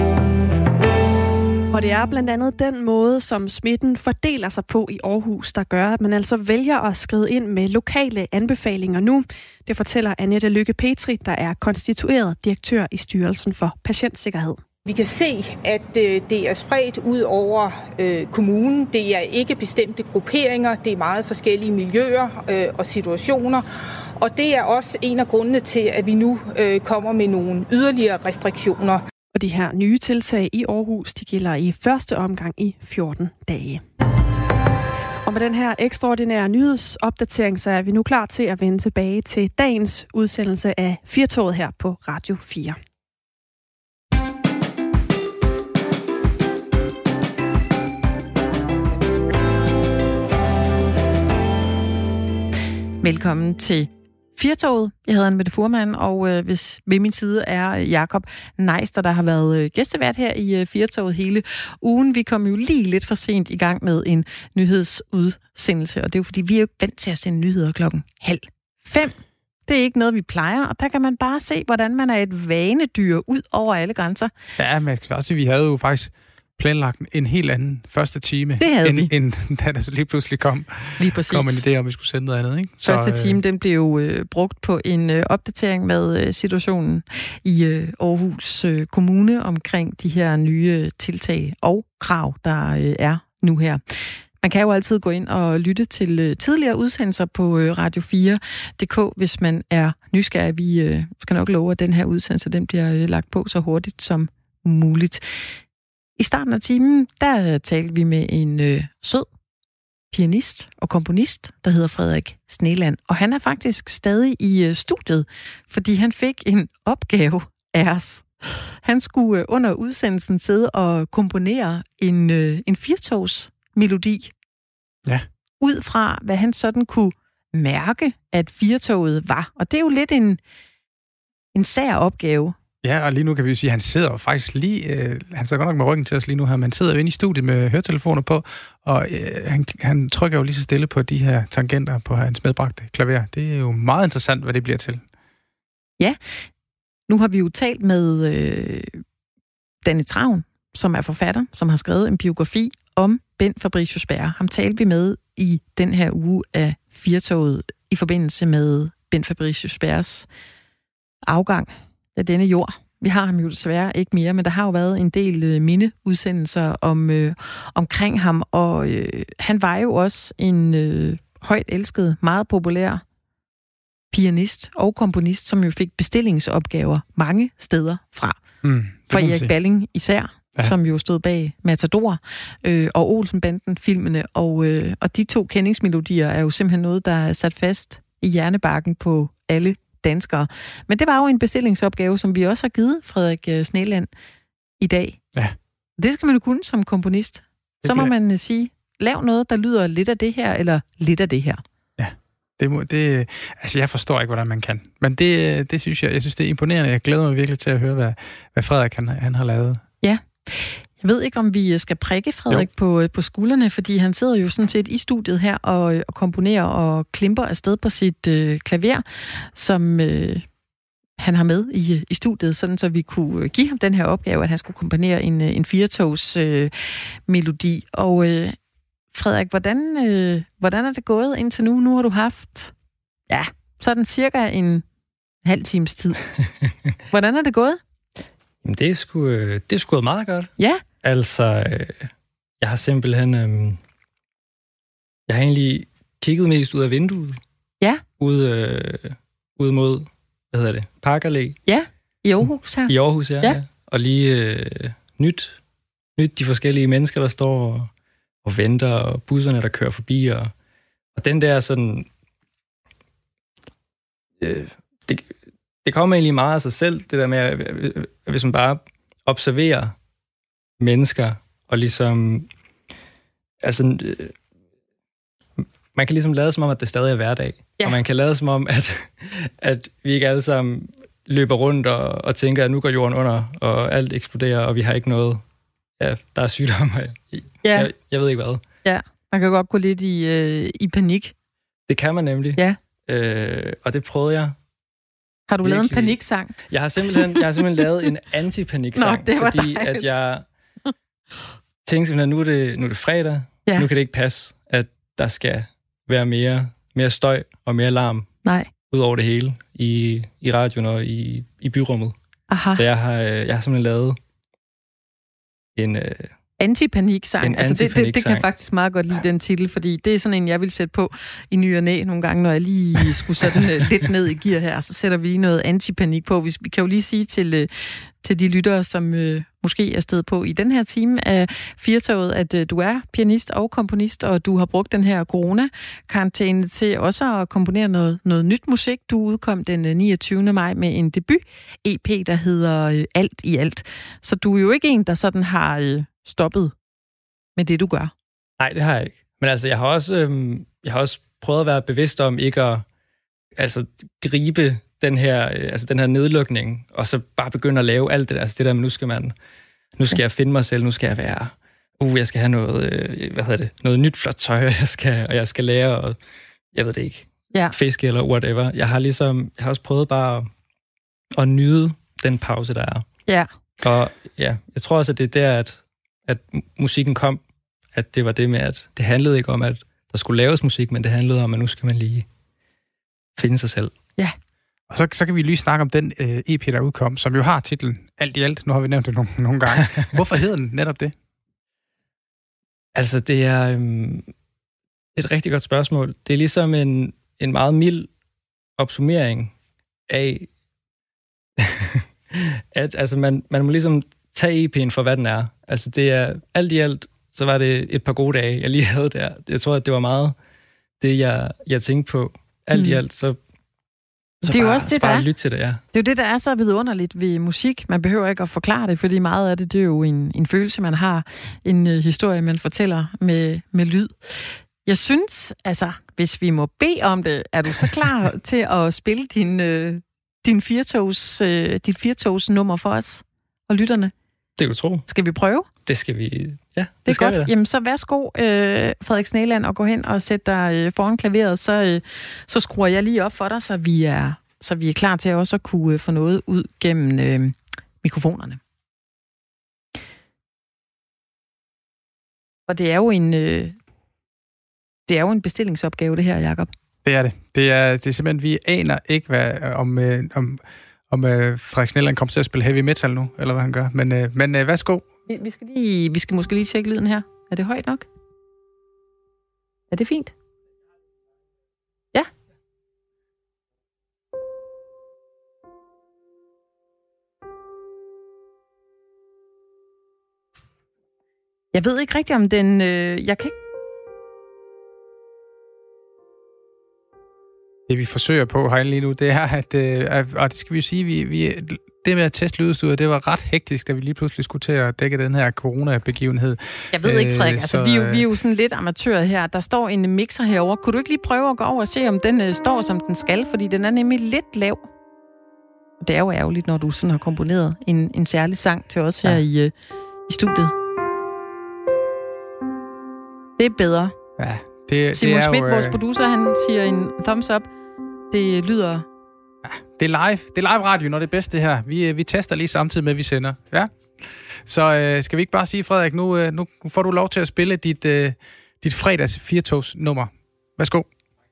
Og det er blandt andet den måde, som smitten fordeler sig på i Aarhus, der gør, at man altså vælger at skride ind med lokale anbefalinger nu. Det fortæller Annette Lykke Petri, der er konstitueret direktør i Styrelsen for Patientsikkerhed. Vi kan se, at det er spredt ud over kommunen. Det er ikke bestemte grupperinger, det er meget forskellige miljøer og situationer. Og det er også en af grundene til, at vi nu kommer med nogle yderligere restriktioner. Og de her nye tiltag i Aarhus, de gælder i første omgang i 14 dage. Og med den her ekstraordinære nyhedsopdatering, så er vi nu klar til at vende tilbage til dagens udsendelse af Firtoget her på Radio 4. Velkommen til Firtoget. Jeg hedder Anne-Mette Fuhrmann, og hvis ved min side er Jakob Neister, der har været gæstevært her i Firtoget hele ugen. Vi kom jo lige lidt for sent i gang med en nyhedsudsendelse, og det er jo fordi, vi er jo vant til at sende nyheder 4:30. Det er ikke noget, vi plejer, og der kan man bare se, hvordan man er et vanedyr ud over alle grænser. Ja, men også, vi havde jo faktisk planlagt en helt anden første time, end da der så lige pludselig kom en idé om, vi skulle sende noget andet. Ikke? Første time, den blev jo brugt på en opdatering med situationen i Aarhus Kommune omkring de her nye tiltag og krav, der er nu her. Man kan jo altid gå ind og lytte til tidligere udsendelser på radio4.dk, hvis man er nysgerrig. Vi skal nok love, at den her udsendelse den bliver lagt på så hurtigt som muligt. I starten af timen, der talte vi med en sød pianist og komponist, der hedder Frederik Sneland. Og han er faktisk stadig i studiet, fordi han fik en opgave af os. Han skulle under udsendelsen sidde og komponere en firtogsmelodi. Ja. Ud fra, hvad han sådan kunne mærke, at firtoget var. Og det er jo lidt en sær opgave. Ja, og lige nu kan vi jo sige, at han sidder faktisk han sidder godt nok med ryggen til os lige nu her, man sidder jo inde i studiet med høretelefoner på, og han trykker jo lige så stille på de her tangenter på hans medbragte klaver. Det er jo meget interessant, hvad det bliver til. Ja, nu har vi jo talt med Danny Travn, som er forfatter, som har skrevet en biografi om Bent Fabricius-Bjerre. Ham talte vi med i den her uge af Firtoget i forbindelse med Bent Fabricius-Bjerres afgang af denne jord. Vi har ham jo desværre ikke mere, men der har jo været en del mindeudsendelser omkring ham, og han var jo også en højt elsket, meget populær pianist og komponist, som jo fik bestillingsopgaver mange steder fra. Fra Erik Balling især, som jo stod bag Matador og Olsen-banden-filmene, og de 2 kendingsmelodier er jo simpelthen noget, der er sat fast i hjernebarken på alle danskere. Men det var jo en bestillingsopgave, som vi også har givet Frederik Sneland i dag. Ja. Det skal man jo kunne som komponist. Så må man sige, lav noget, der lyder lidt af det her, eller lidt af det her. Ja, altså jeg forstår ikke, hvordan man kan. Men det synes jeg synes, det er imponerende. Jeg glæder mig virkelig til at høre, hvad Frederik han har lavet. Ja. Jeg ved ikke, om vi skal prikke Frederik på skuldrene, fordi han sidder jo sådan set i studiet her og komponerer og klimper afsted på sit klaver, som han har med i studiet, sådan så vi kunne give ham den her opgave, at han skulle komponere en 4-togs melodi. Og Frederik, hvordan er det gået indtil nu? Nu har du haft, sådan cirka en halv times tid. Hvordan er det gået? Jamen, det er sgu gået meget godt. Ja. Altså, jeg har simpelthen... jeg har egentlig kigget mest ud af vinduet. Ja. Ud mod, Park Allé. Ja, i Aarhus her. I Aarhus, ja. Og lige nyt de forskellige mennesker, der står og venter, og busserne, der kører forbi, og den der sådan... Det kommer egentlig meget af sig selv, det der med, at hvis man bare observerer mennesker, og ligesom... Altså, man kan ligesom lade som om, at det stadig er hverdag. Ja. Og man kan lade som om, at vi ikke alle sammen løber rundt og tænker, at nu går jorden under, og alt eksploderer, og vi har ikke noget... Ja, der er sygdomme. Jeg ved ikke hvad. Ja, man kan godt gå lidt i panik. Det kan man nemlig. Ja. Og det prøvede jeg. Har du lavet en paniksang? Jeg har simpelthen lavet en anti-paniksang, fordi at jeg tænkte simpelthen, at nu er det fredag. Ja. Nu kan det ikke passe, at der skal være mere støj og mere larm ud over det hele i radioen og i byrummet. Aha. Så jeg har simpelthen lavet en... Anti-panik-sang. Altså det kan jeg faktisk meget godt lide, den titel, fordi det er sådan en, jeg vil sætte på i ny og næ nogle gange, når jeg lige skulle sætte den lidt ned i gear her, så sætter vi noget anti-panik på. Vi kan jo lige sige til de lyttere, som måske er stedet på i den her time af Firtoget, at du er pianist og komponist, og du har brugt den her corona-karantæne til også at komponere noget nyt musik. Du udkom den 29. maj med en debut-EP, der hedder Alt i alt. Så du er jo ikke en, der sådan har stoppet med det, du gør. Nej, det har jeg ikke. Men altså, jeg har også prøvet at være bevidst om ikke at gribe den her nedlukning, og så bare begynde at lave alt det der, altså det der med, nu skal jeg finde mig selv, nu skal jeg være, jeg skal have noget, noget nyt flot tøj, og jeg skal lære, og jeg ved det ikke, fiske eller whatever. Jeg har også prøvet bare at nyde den pause, der er. Ja. Og ja, jeg tror også, at det er der, at musikken kom, at det var det med, at det handlede ikke om, at der skulle laves musik, men det handlede om, at nu skal man lige finde sig selv. Ja. Og så kan vi lige snakke om den EP, der udkom, som jo har titlen Alt i alt. Nu har vi nævnt det nogle gange. Hvorfor hedder den netop det? Altså, det er et rigtig godt spørgsmål. Det er ligesom en meget mild opsummering af, at altså man må ligesom tage EP'en for, hvad den er. Altså, det er alt i alt, så var det et par gode dage, jeg lige havde der. Jeg tror, at det var meget det, jeg tænkte på. Alt i alt, så det er jo også det, der er. Lyt til det, ja. Det er jo det, der er så vidunderligt ved musik. Man behøver ikke at forklare det, fordi meget af det er jo en følelse, man har. En historie, man fortæller med lyd. Jeg synes, altså, hvis vi må bede om det, er du så klar til at spille dit 4-togs nummer for os og lytterne? Det kan du tro. Skal vi prøve? Det skal vi, ja. Det er godt. Vi Jamen, så værsgo, Frederik Sneland, og gå hen og sæt dig foran klaveret, så skruer jeg lige op for dig, så vi er klar til også at kunne få noget ud gennem mikrofonerne. Og det er jo en bestillingsopgave, det her, Jakob. Det er det. Det er simpelthen, vi aner ikke, om Frederik Snell kommer til at spille heavy metal nu, eller hvad han gør. Men værsgo. Vi skal måske lige tjekke lyden her. Er det højt nok? Er det fint? Ja. Jeg ved ikke rigtigt, om den... jeg kan ikke... Det vi forsøger på herinde lige nu, det er, at og det skal vi jo sige, det med at teste lydudstyret, det var ret hektisk, da vi lige pludselig skulle til at dække den her coronabegivenhed. Jeg ved ikke, Frederik, altså vi er jo sådan lidt amatører her. Der står en mixer herover. Kunne du ikke lige prøve at gå over og se, om den står, som den skal? Fordi den er nemlig lidt lav. Det er jo ærgerligt, når du sådan har komponeret en særlig sang til os her i studiet. Det er bedre. Ja, Simon Schmidt, vores producer, han siger en thumbs up. Det lyder... Ja, det er live. Det er live radio, når det er bedst det her. Vi tester lige samtidig med, at vi sender. Ja. Så skal vi ikke bare sige, Frederik, nu får du lov til at spille dit fredags 4-togs-nummer. Værsgo.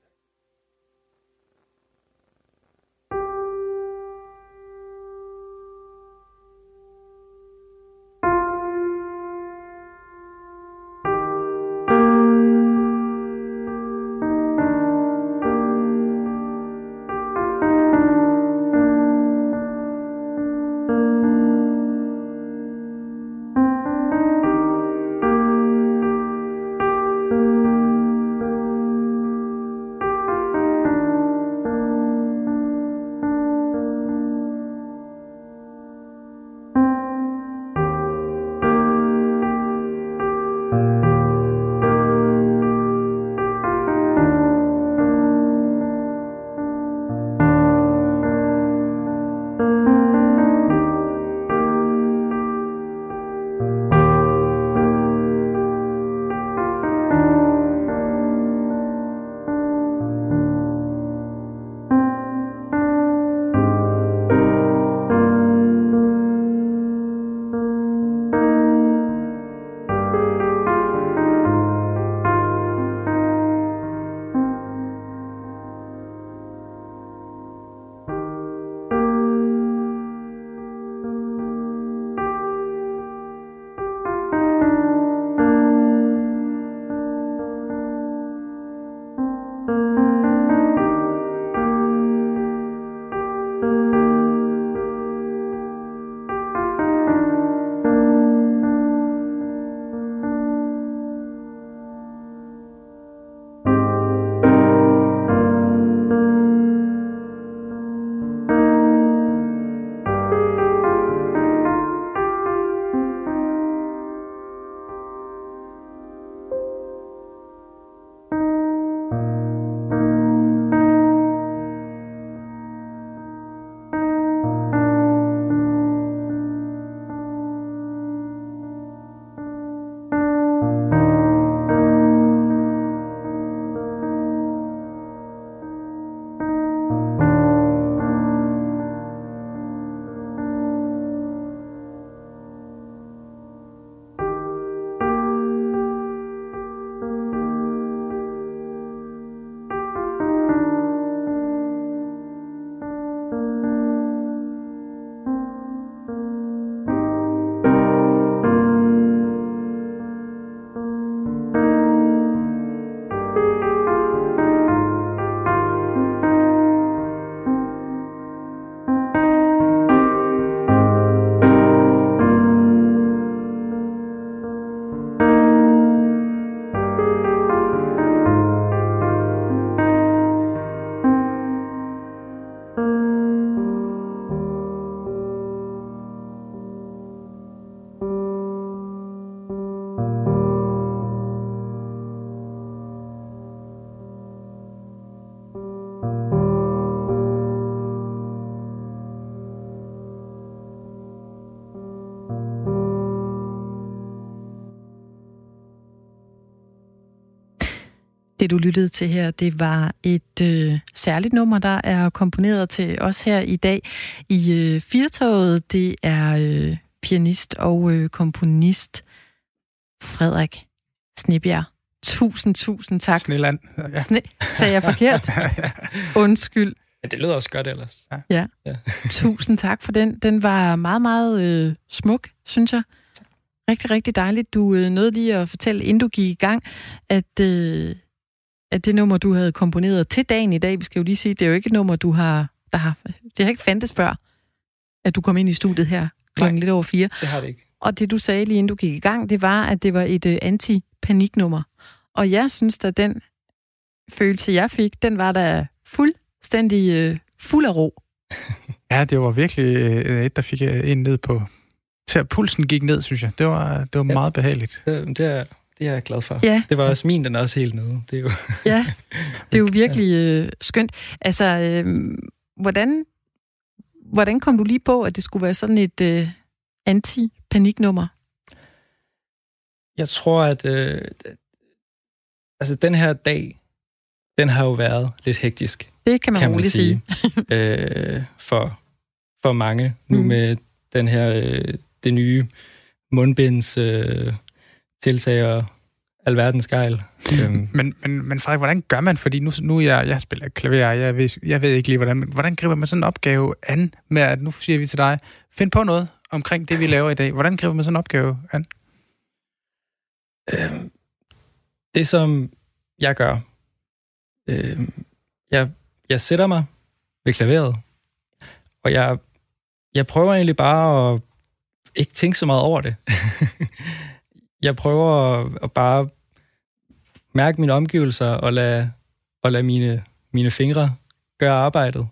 Det, du lyttede til her, det var et særligt nummer, der er komponeret til os her i dag i Firtoget. Det er pianist og komponist Frederik Snebjerg. Tusind tak. Sneland. Ja. Sagde jeg forkert? Undskyld. Men det lyder også godt ellers. Ja. Tusind tak for den. Den var meget, meget smuk, synes jeg. Rigtig, rigtig dejligt. Du nåede lige at fortælle, inden du gik i gang, at det nummer, du havde komponeret til dagen i dag, vi skal jo lige sige, det er jo ikke et nummer, det har ikke fandtes før, at du kom ind i studiet her klokken lidt over 4. Det har det ikke. Og det, du sagde lige inden du gik i gang, det var, at det var et anti-paniknummer. Og jeg synes, at den følelse, jeg fik, den var da fuldstændig fuld af ro. Ja, det var virkelig et, der fik en ned på... Så pulsen gik ned, synes jeg. Det var meget behageligt. Det er jeg glad for. Ja. Det var også den er også helt nede. Det er jo... Ja, det er jo virkelig skønt. Altså, hvordan kom du lige på, at det skulle være sådan et anti-paniknummer? Jeg tror, at den her dag, den har jo været lidt hektisk. Det kan man roligt sige. For mange nu med den her det nye mundbinds tiltag og alverdens gejl. Men Frederik, hvordan gør man? Fordi nu jeg spiller klaver, jeg ved ikke lige, hvordan griber man sådan en opgave an med, at nu siger vi til dig, find på noget omkring det, vi laver i dag. Hvordan griber man sådan en opgave an? Det, som jeg gør, jeg sætter mig ved klaveret, og jeg prøver egentlig bare at ikke tænke så meget over det. Jeg prøver at bare mærke mine omgivelser og lade mine fingre gøre arbejdet.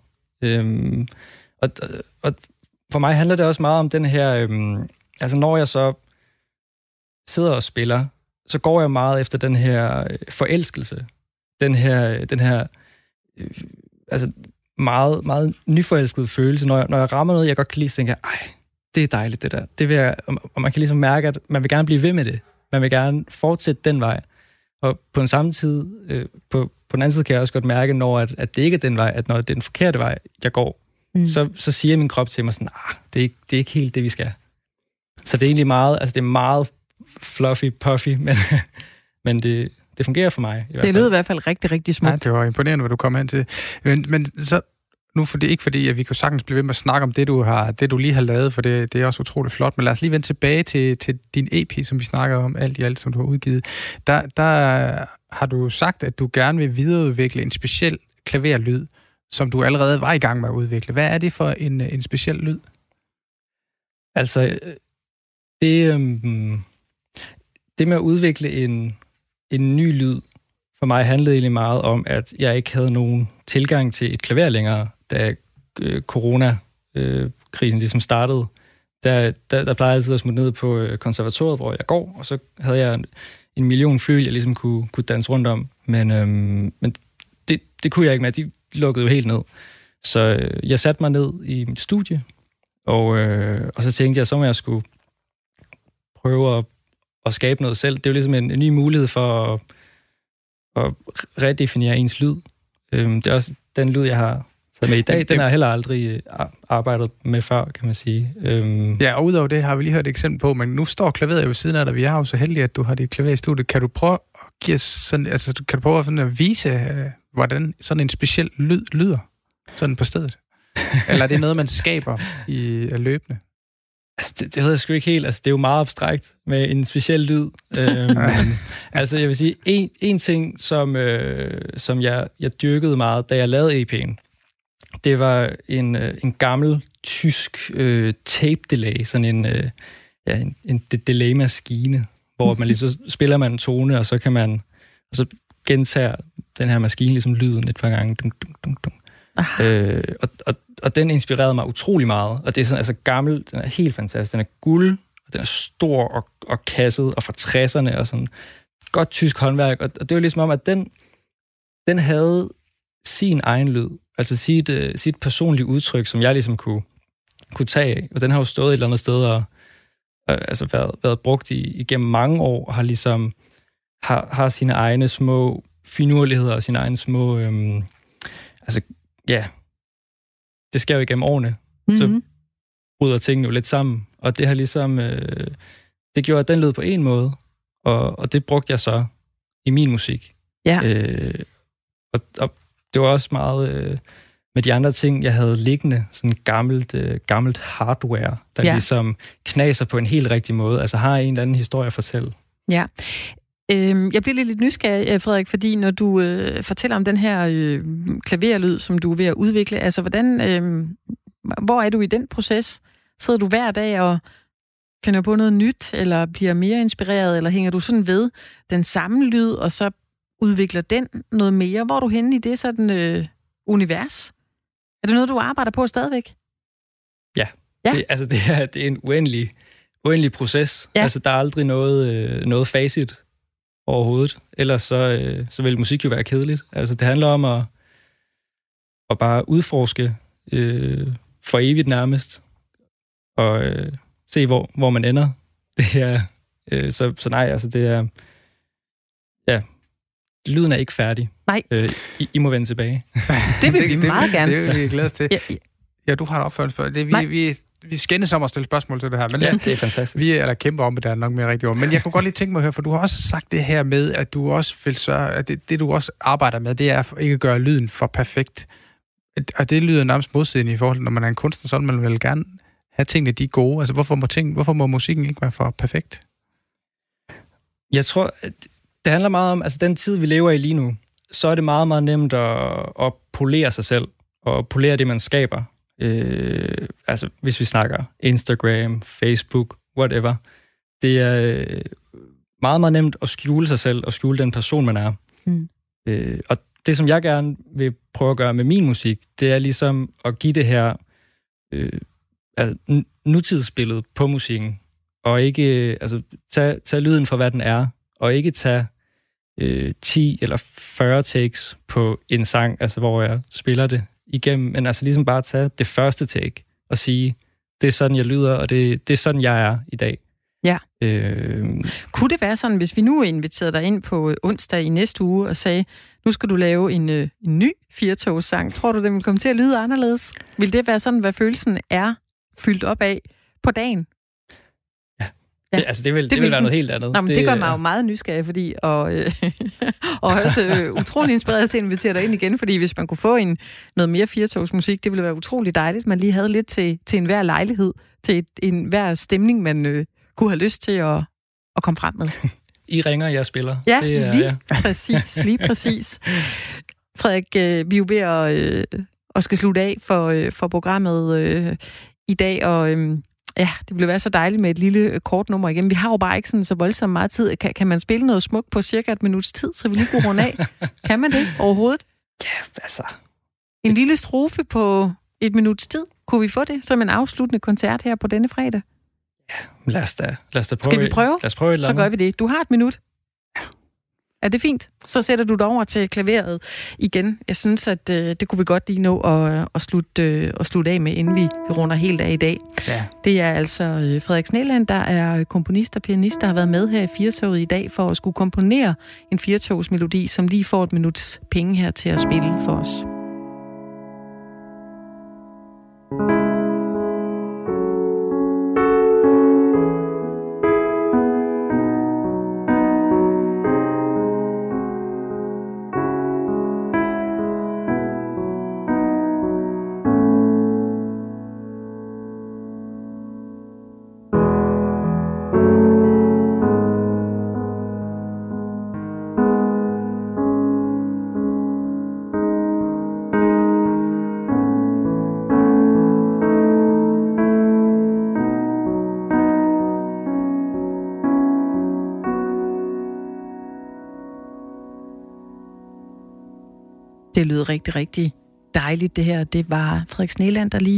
Og for mig handler det også meget om den her... altså når jeg så sidder og spiller, så går jeg meget efter den her forelskelse. Den her altså meget, meget nyforelskede følelse. Når jeg rammer noget, jeg godt kan lide, så tænker jeg, det er dejligt det der. Det vil jeg, og man kan ligesom mærke, at man vil gerne blive ved med det. Man vil gerne fortsætte den vej. Og på den samme tid, på den anden side kan jeg også godt mærke, når at det ikke er den vej, at når det er den forkerte vej, jeg går, så siger min krop til mig sådan, det er ikke helt det, vi skal. Så det er egentlig meget, altså det er meget fluffy, puffy, men det fungerer for mig. Det lyder i hvert fald rigtig, rigtig smukt. Ja, det var imponerende, hvad du kom hen til. Men så nu ikke fordi, at vi kunne sagtens blive ved med at snakke om det, du lige har lavet, for det er også utroligt flot. Men lad os lige vende tilbage til din EP, som vi snakker om, alt i alt, som du har udgivet. Der har du sagt, at du gerne vil videreudvikle en speciel klaverlyd, som du allerede var i gang med at udvikle. Hvad er det for en speciel lyd? Altså, det med at udvikle en ny lyd, for mig handlede egentlig meget om, at jeg ikke havde nogen tilgang til et klaver længere, da coronakrisen ligesom startede. Der plejede jeg altid at smutte ned på konservatoriet, hvor jeg går, og så havde jeg en million fløjl, jeg ligesom kunne danse rundt om. Men det kunne jeg ikke med. De lukkede jo helt ned. Så jeg satte mig ned i mit studie, og så tænkte jeg, så må jeg skulle prøve at skabe noget selv. Det er jo ligesom en ny mulighed for at redefinere ens lyd. Det er også den lyd, jeg har taget med i dag. Den har jeg heller aldrig arbejdet med før, kan man sige. Ja, og udover det har vi lige hørt et eksempel på, men nu står klaveret jo ved siden af dig. Vi er jo så heldige, at du har dit klaver i studiet. Kan du prøve at vise, hvordan sådan en speciel lyd lyder sådan på stedet? Eller er det noget, man skaber i løbende? Altså, det ved jeg sgu ikke helt. Altså, det er jo meget abstrakt med en speciel lyd. Altså, jeg vil sige, en ting, som jeg dyrkede meget, da jeg lavede EP'en, det var en gammel tysk tape delay, sådan en delay-maskine, hvor man lige så spiller man en tone, og så kan man, og så gentager den her maskine ligesom lyden et par gange. Dum, dum, dum, dum. Og den inspirerede mig utrolig meget. Og det er sådan, altså gammel, den er helt fantastisk. Den er guld, og den er stor og kasset, og fra 60'erne, og sådan godt tysk håndværk. Og det var ligesom om, at den havde sin egen lyd. Altså sit personlige udtryk, som jeg ligesom kunne tage af. Og den har jo stået et eller andet sted, og altså været brugt igennem mange år, og har ligesom har sine egne små finurligheder, og sine egne små... det sker jo igennem årene, så bryder tingene jo lidt sammen. Og det har ligesom, det gjorde, at den lød på en måde, og det brugte jeg så i min musik. Ja. Og det var også meget med de andre ting, jeg havde liggende, sådan gammelt hardware, der ligesom knaser på en helt rigtig måde. Altså har en eller anden historie at fortælle. Ja. Jeg bliver lidt nysgerrig, Frederik, fordi når du fortæller om den her klaverlyd, som du er ved at udvikle, altså hvor er du i den proces? Sidder du hver dag og finder på noget nyt, eller bliver mere inspireret, eller hænger du sådan ved den samme lyd, og så udvikler den noget mere? Hvor er du henne i det sådan univers? Er det noget, du arbejder på stadigvæk? Ja. Det er en uendelig proces. Ja. Altså, der er aldrig noget facit overhovedet. Ellers så vil musik jo være kedeligt. Altså, det handler om at bare udforske for evigt nærmest, og se, hvor man ender. Det er, så nej, altså det er... Ja, lyden er ikke færdig. Nej. I må vende tilbage. Det vil vi meget gerne. Det vil vi glæde os til. Ja, du har et opfølgelsesspørgsmål. Vi skændes om at stille spørgsmål til det her. Men det er fantastisk. Vi er der kæmper om, det er nok mere rigtigt ord. Men jeg kunne godt lige tænke mig at høre, for du har også sagt det her med, at du også vil sørge, at det du også arbejder med, det er ikke at gøre lyden for perfekt. Og det lyder nærmest modsigende i forhold til, når man er en kunstner, så man vil gerne have tingene, de er gode. Altså, hvorfor må musikken ikke være for perfekt? Jeg tror, det handler meget om, altså den tid, vi lever i lige nu, så er det meget, meget nemt at polere sig selv, og polere det, man skaber. Altså, hvis vi snakker Instagram, Facebook, whatever. Det er meget, meget nemt at skjule sig selv, og skjule den person, man er. Og det, som jeg gerne vil prøve at gøre med min musik, det er ligesom at give det her nutidsbillede på musikken, og ikke tage lyden for, hvad den er, og ikke tage 10 eller 40 takes på en sang, altså hvor jeg spiller det igennem, men altså ligesom bare tage det første take og sige, det er sådan, jeg lyder, og det er sådan, jeg er i dag. Ja. Kunne det være sådan, hvis vi nu inviterede dig ind på onsdag i næste uge og sagde, nu skal du lave en ny firtogssang, tror du, den vil komme til at lyde anderledes? Vil det være sådan, hvad følelsen er fyldt op af på dagen? Ja. Det vil være noget helt andet. Nå, men det gør mig jo meget nysgerrig, fordi, og også utrolig inspireret til at invitere dig ind igen, fordi hvis man kunne få noget mere firtogsmusik, det ville være utrolig dejligt. Man lige havde lidt til enhver lejlighed, til enhver stemning, man kunne have lyst til at komme frem med. I ringer, jeg spiller. Ja, lige præcis. Frederik, vi er jo ved at skal slutte af for programmet i dag, og ja, det ville være så dejligt med et lille kort nummer igen. Vi har jo bare ikke sådan så voldsomt meget tid. Kan man spille noget smukt på cirka et minuts tid, så vi lige kunne runde af? Kan man det overhovedet? Ja, altså. En lille strofe på et minuts tid. Kunne vi få det som en afsluttende koncert her på denne fredag? Ja, lad os da prøve. Skal vi prøve? Lad os prøve et eller andet. Så gør vi det. Du har et minut. Ja. Er det fint? Så sætter du dig over til klaveret igen. Jeg synes, at det kunne vi godt lige nå at slutte af med, inden vi runder helt af i dag. Ja. Det er altså Frederik Sneland, der er komponist og pianist, der har været med her i Firtoget i dag for at skulle komponere en firtogsmelodi, som lige får et minuts penge her til at spille for os. Det lød rigtig, rigtig dejligt, det her. Det var Frederik Sneland, der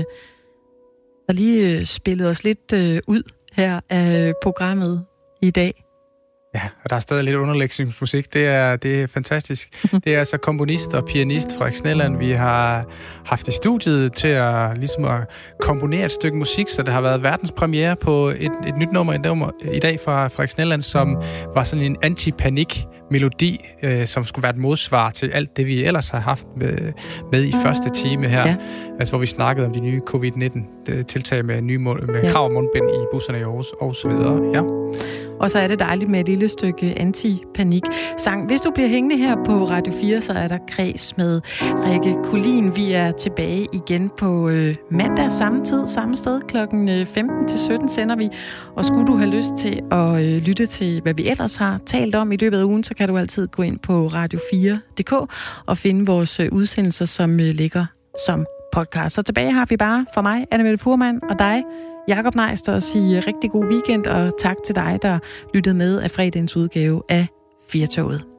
lige spillede os lidt ud her af programmet i dag. Ja, og der er stadig lidt underlægningsmusik. Det er fantastisk. Det er altså komponist og pianist Frederik Sneland, vi har haft i studiet til at komponere et stykke musik, så det har været verdenspremiere på et nyt nummer i dag fra Frederik Sneland, som var sådan en anti-panik-melodi, som skulle være et modsvar til alt det, vi ellers har haft med i første time her. Ja. Altså, hvor vi snakkede om de nye COVID-19 tiltag med nye med krav om mundbind i busserne i Aarhus og så videre. Ja. Og så er det dejligt med et lille stykke anti-panik-sang. Hvis du bliver hængende her på Radio 4, så er der kreds med Rikke Collin. Vi er tilbage igen på mandag samme tid, samme sted. Klokken 15-17 sender vi. Og skulle du have lyst til at lytte til, hvad vi ellers har talt om i løbet af ugen, så kan du altid gå ind på radio4.dk og finde vores udsendelser, som ligger som podcast. Så tilbage har vi bare for mig, Anne-Mette Fuhrmann, og dig, Jakob Neister, og sige rigtig god weekend, og tak til dig, der lyttede med af fredagens udgave af Firtoget.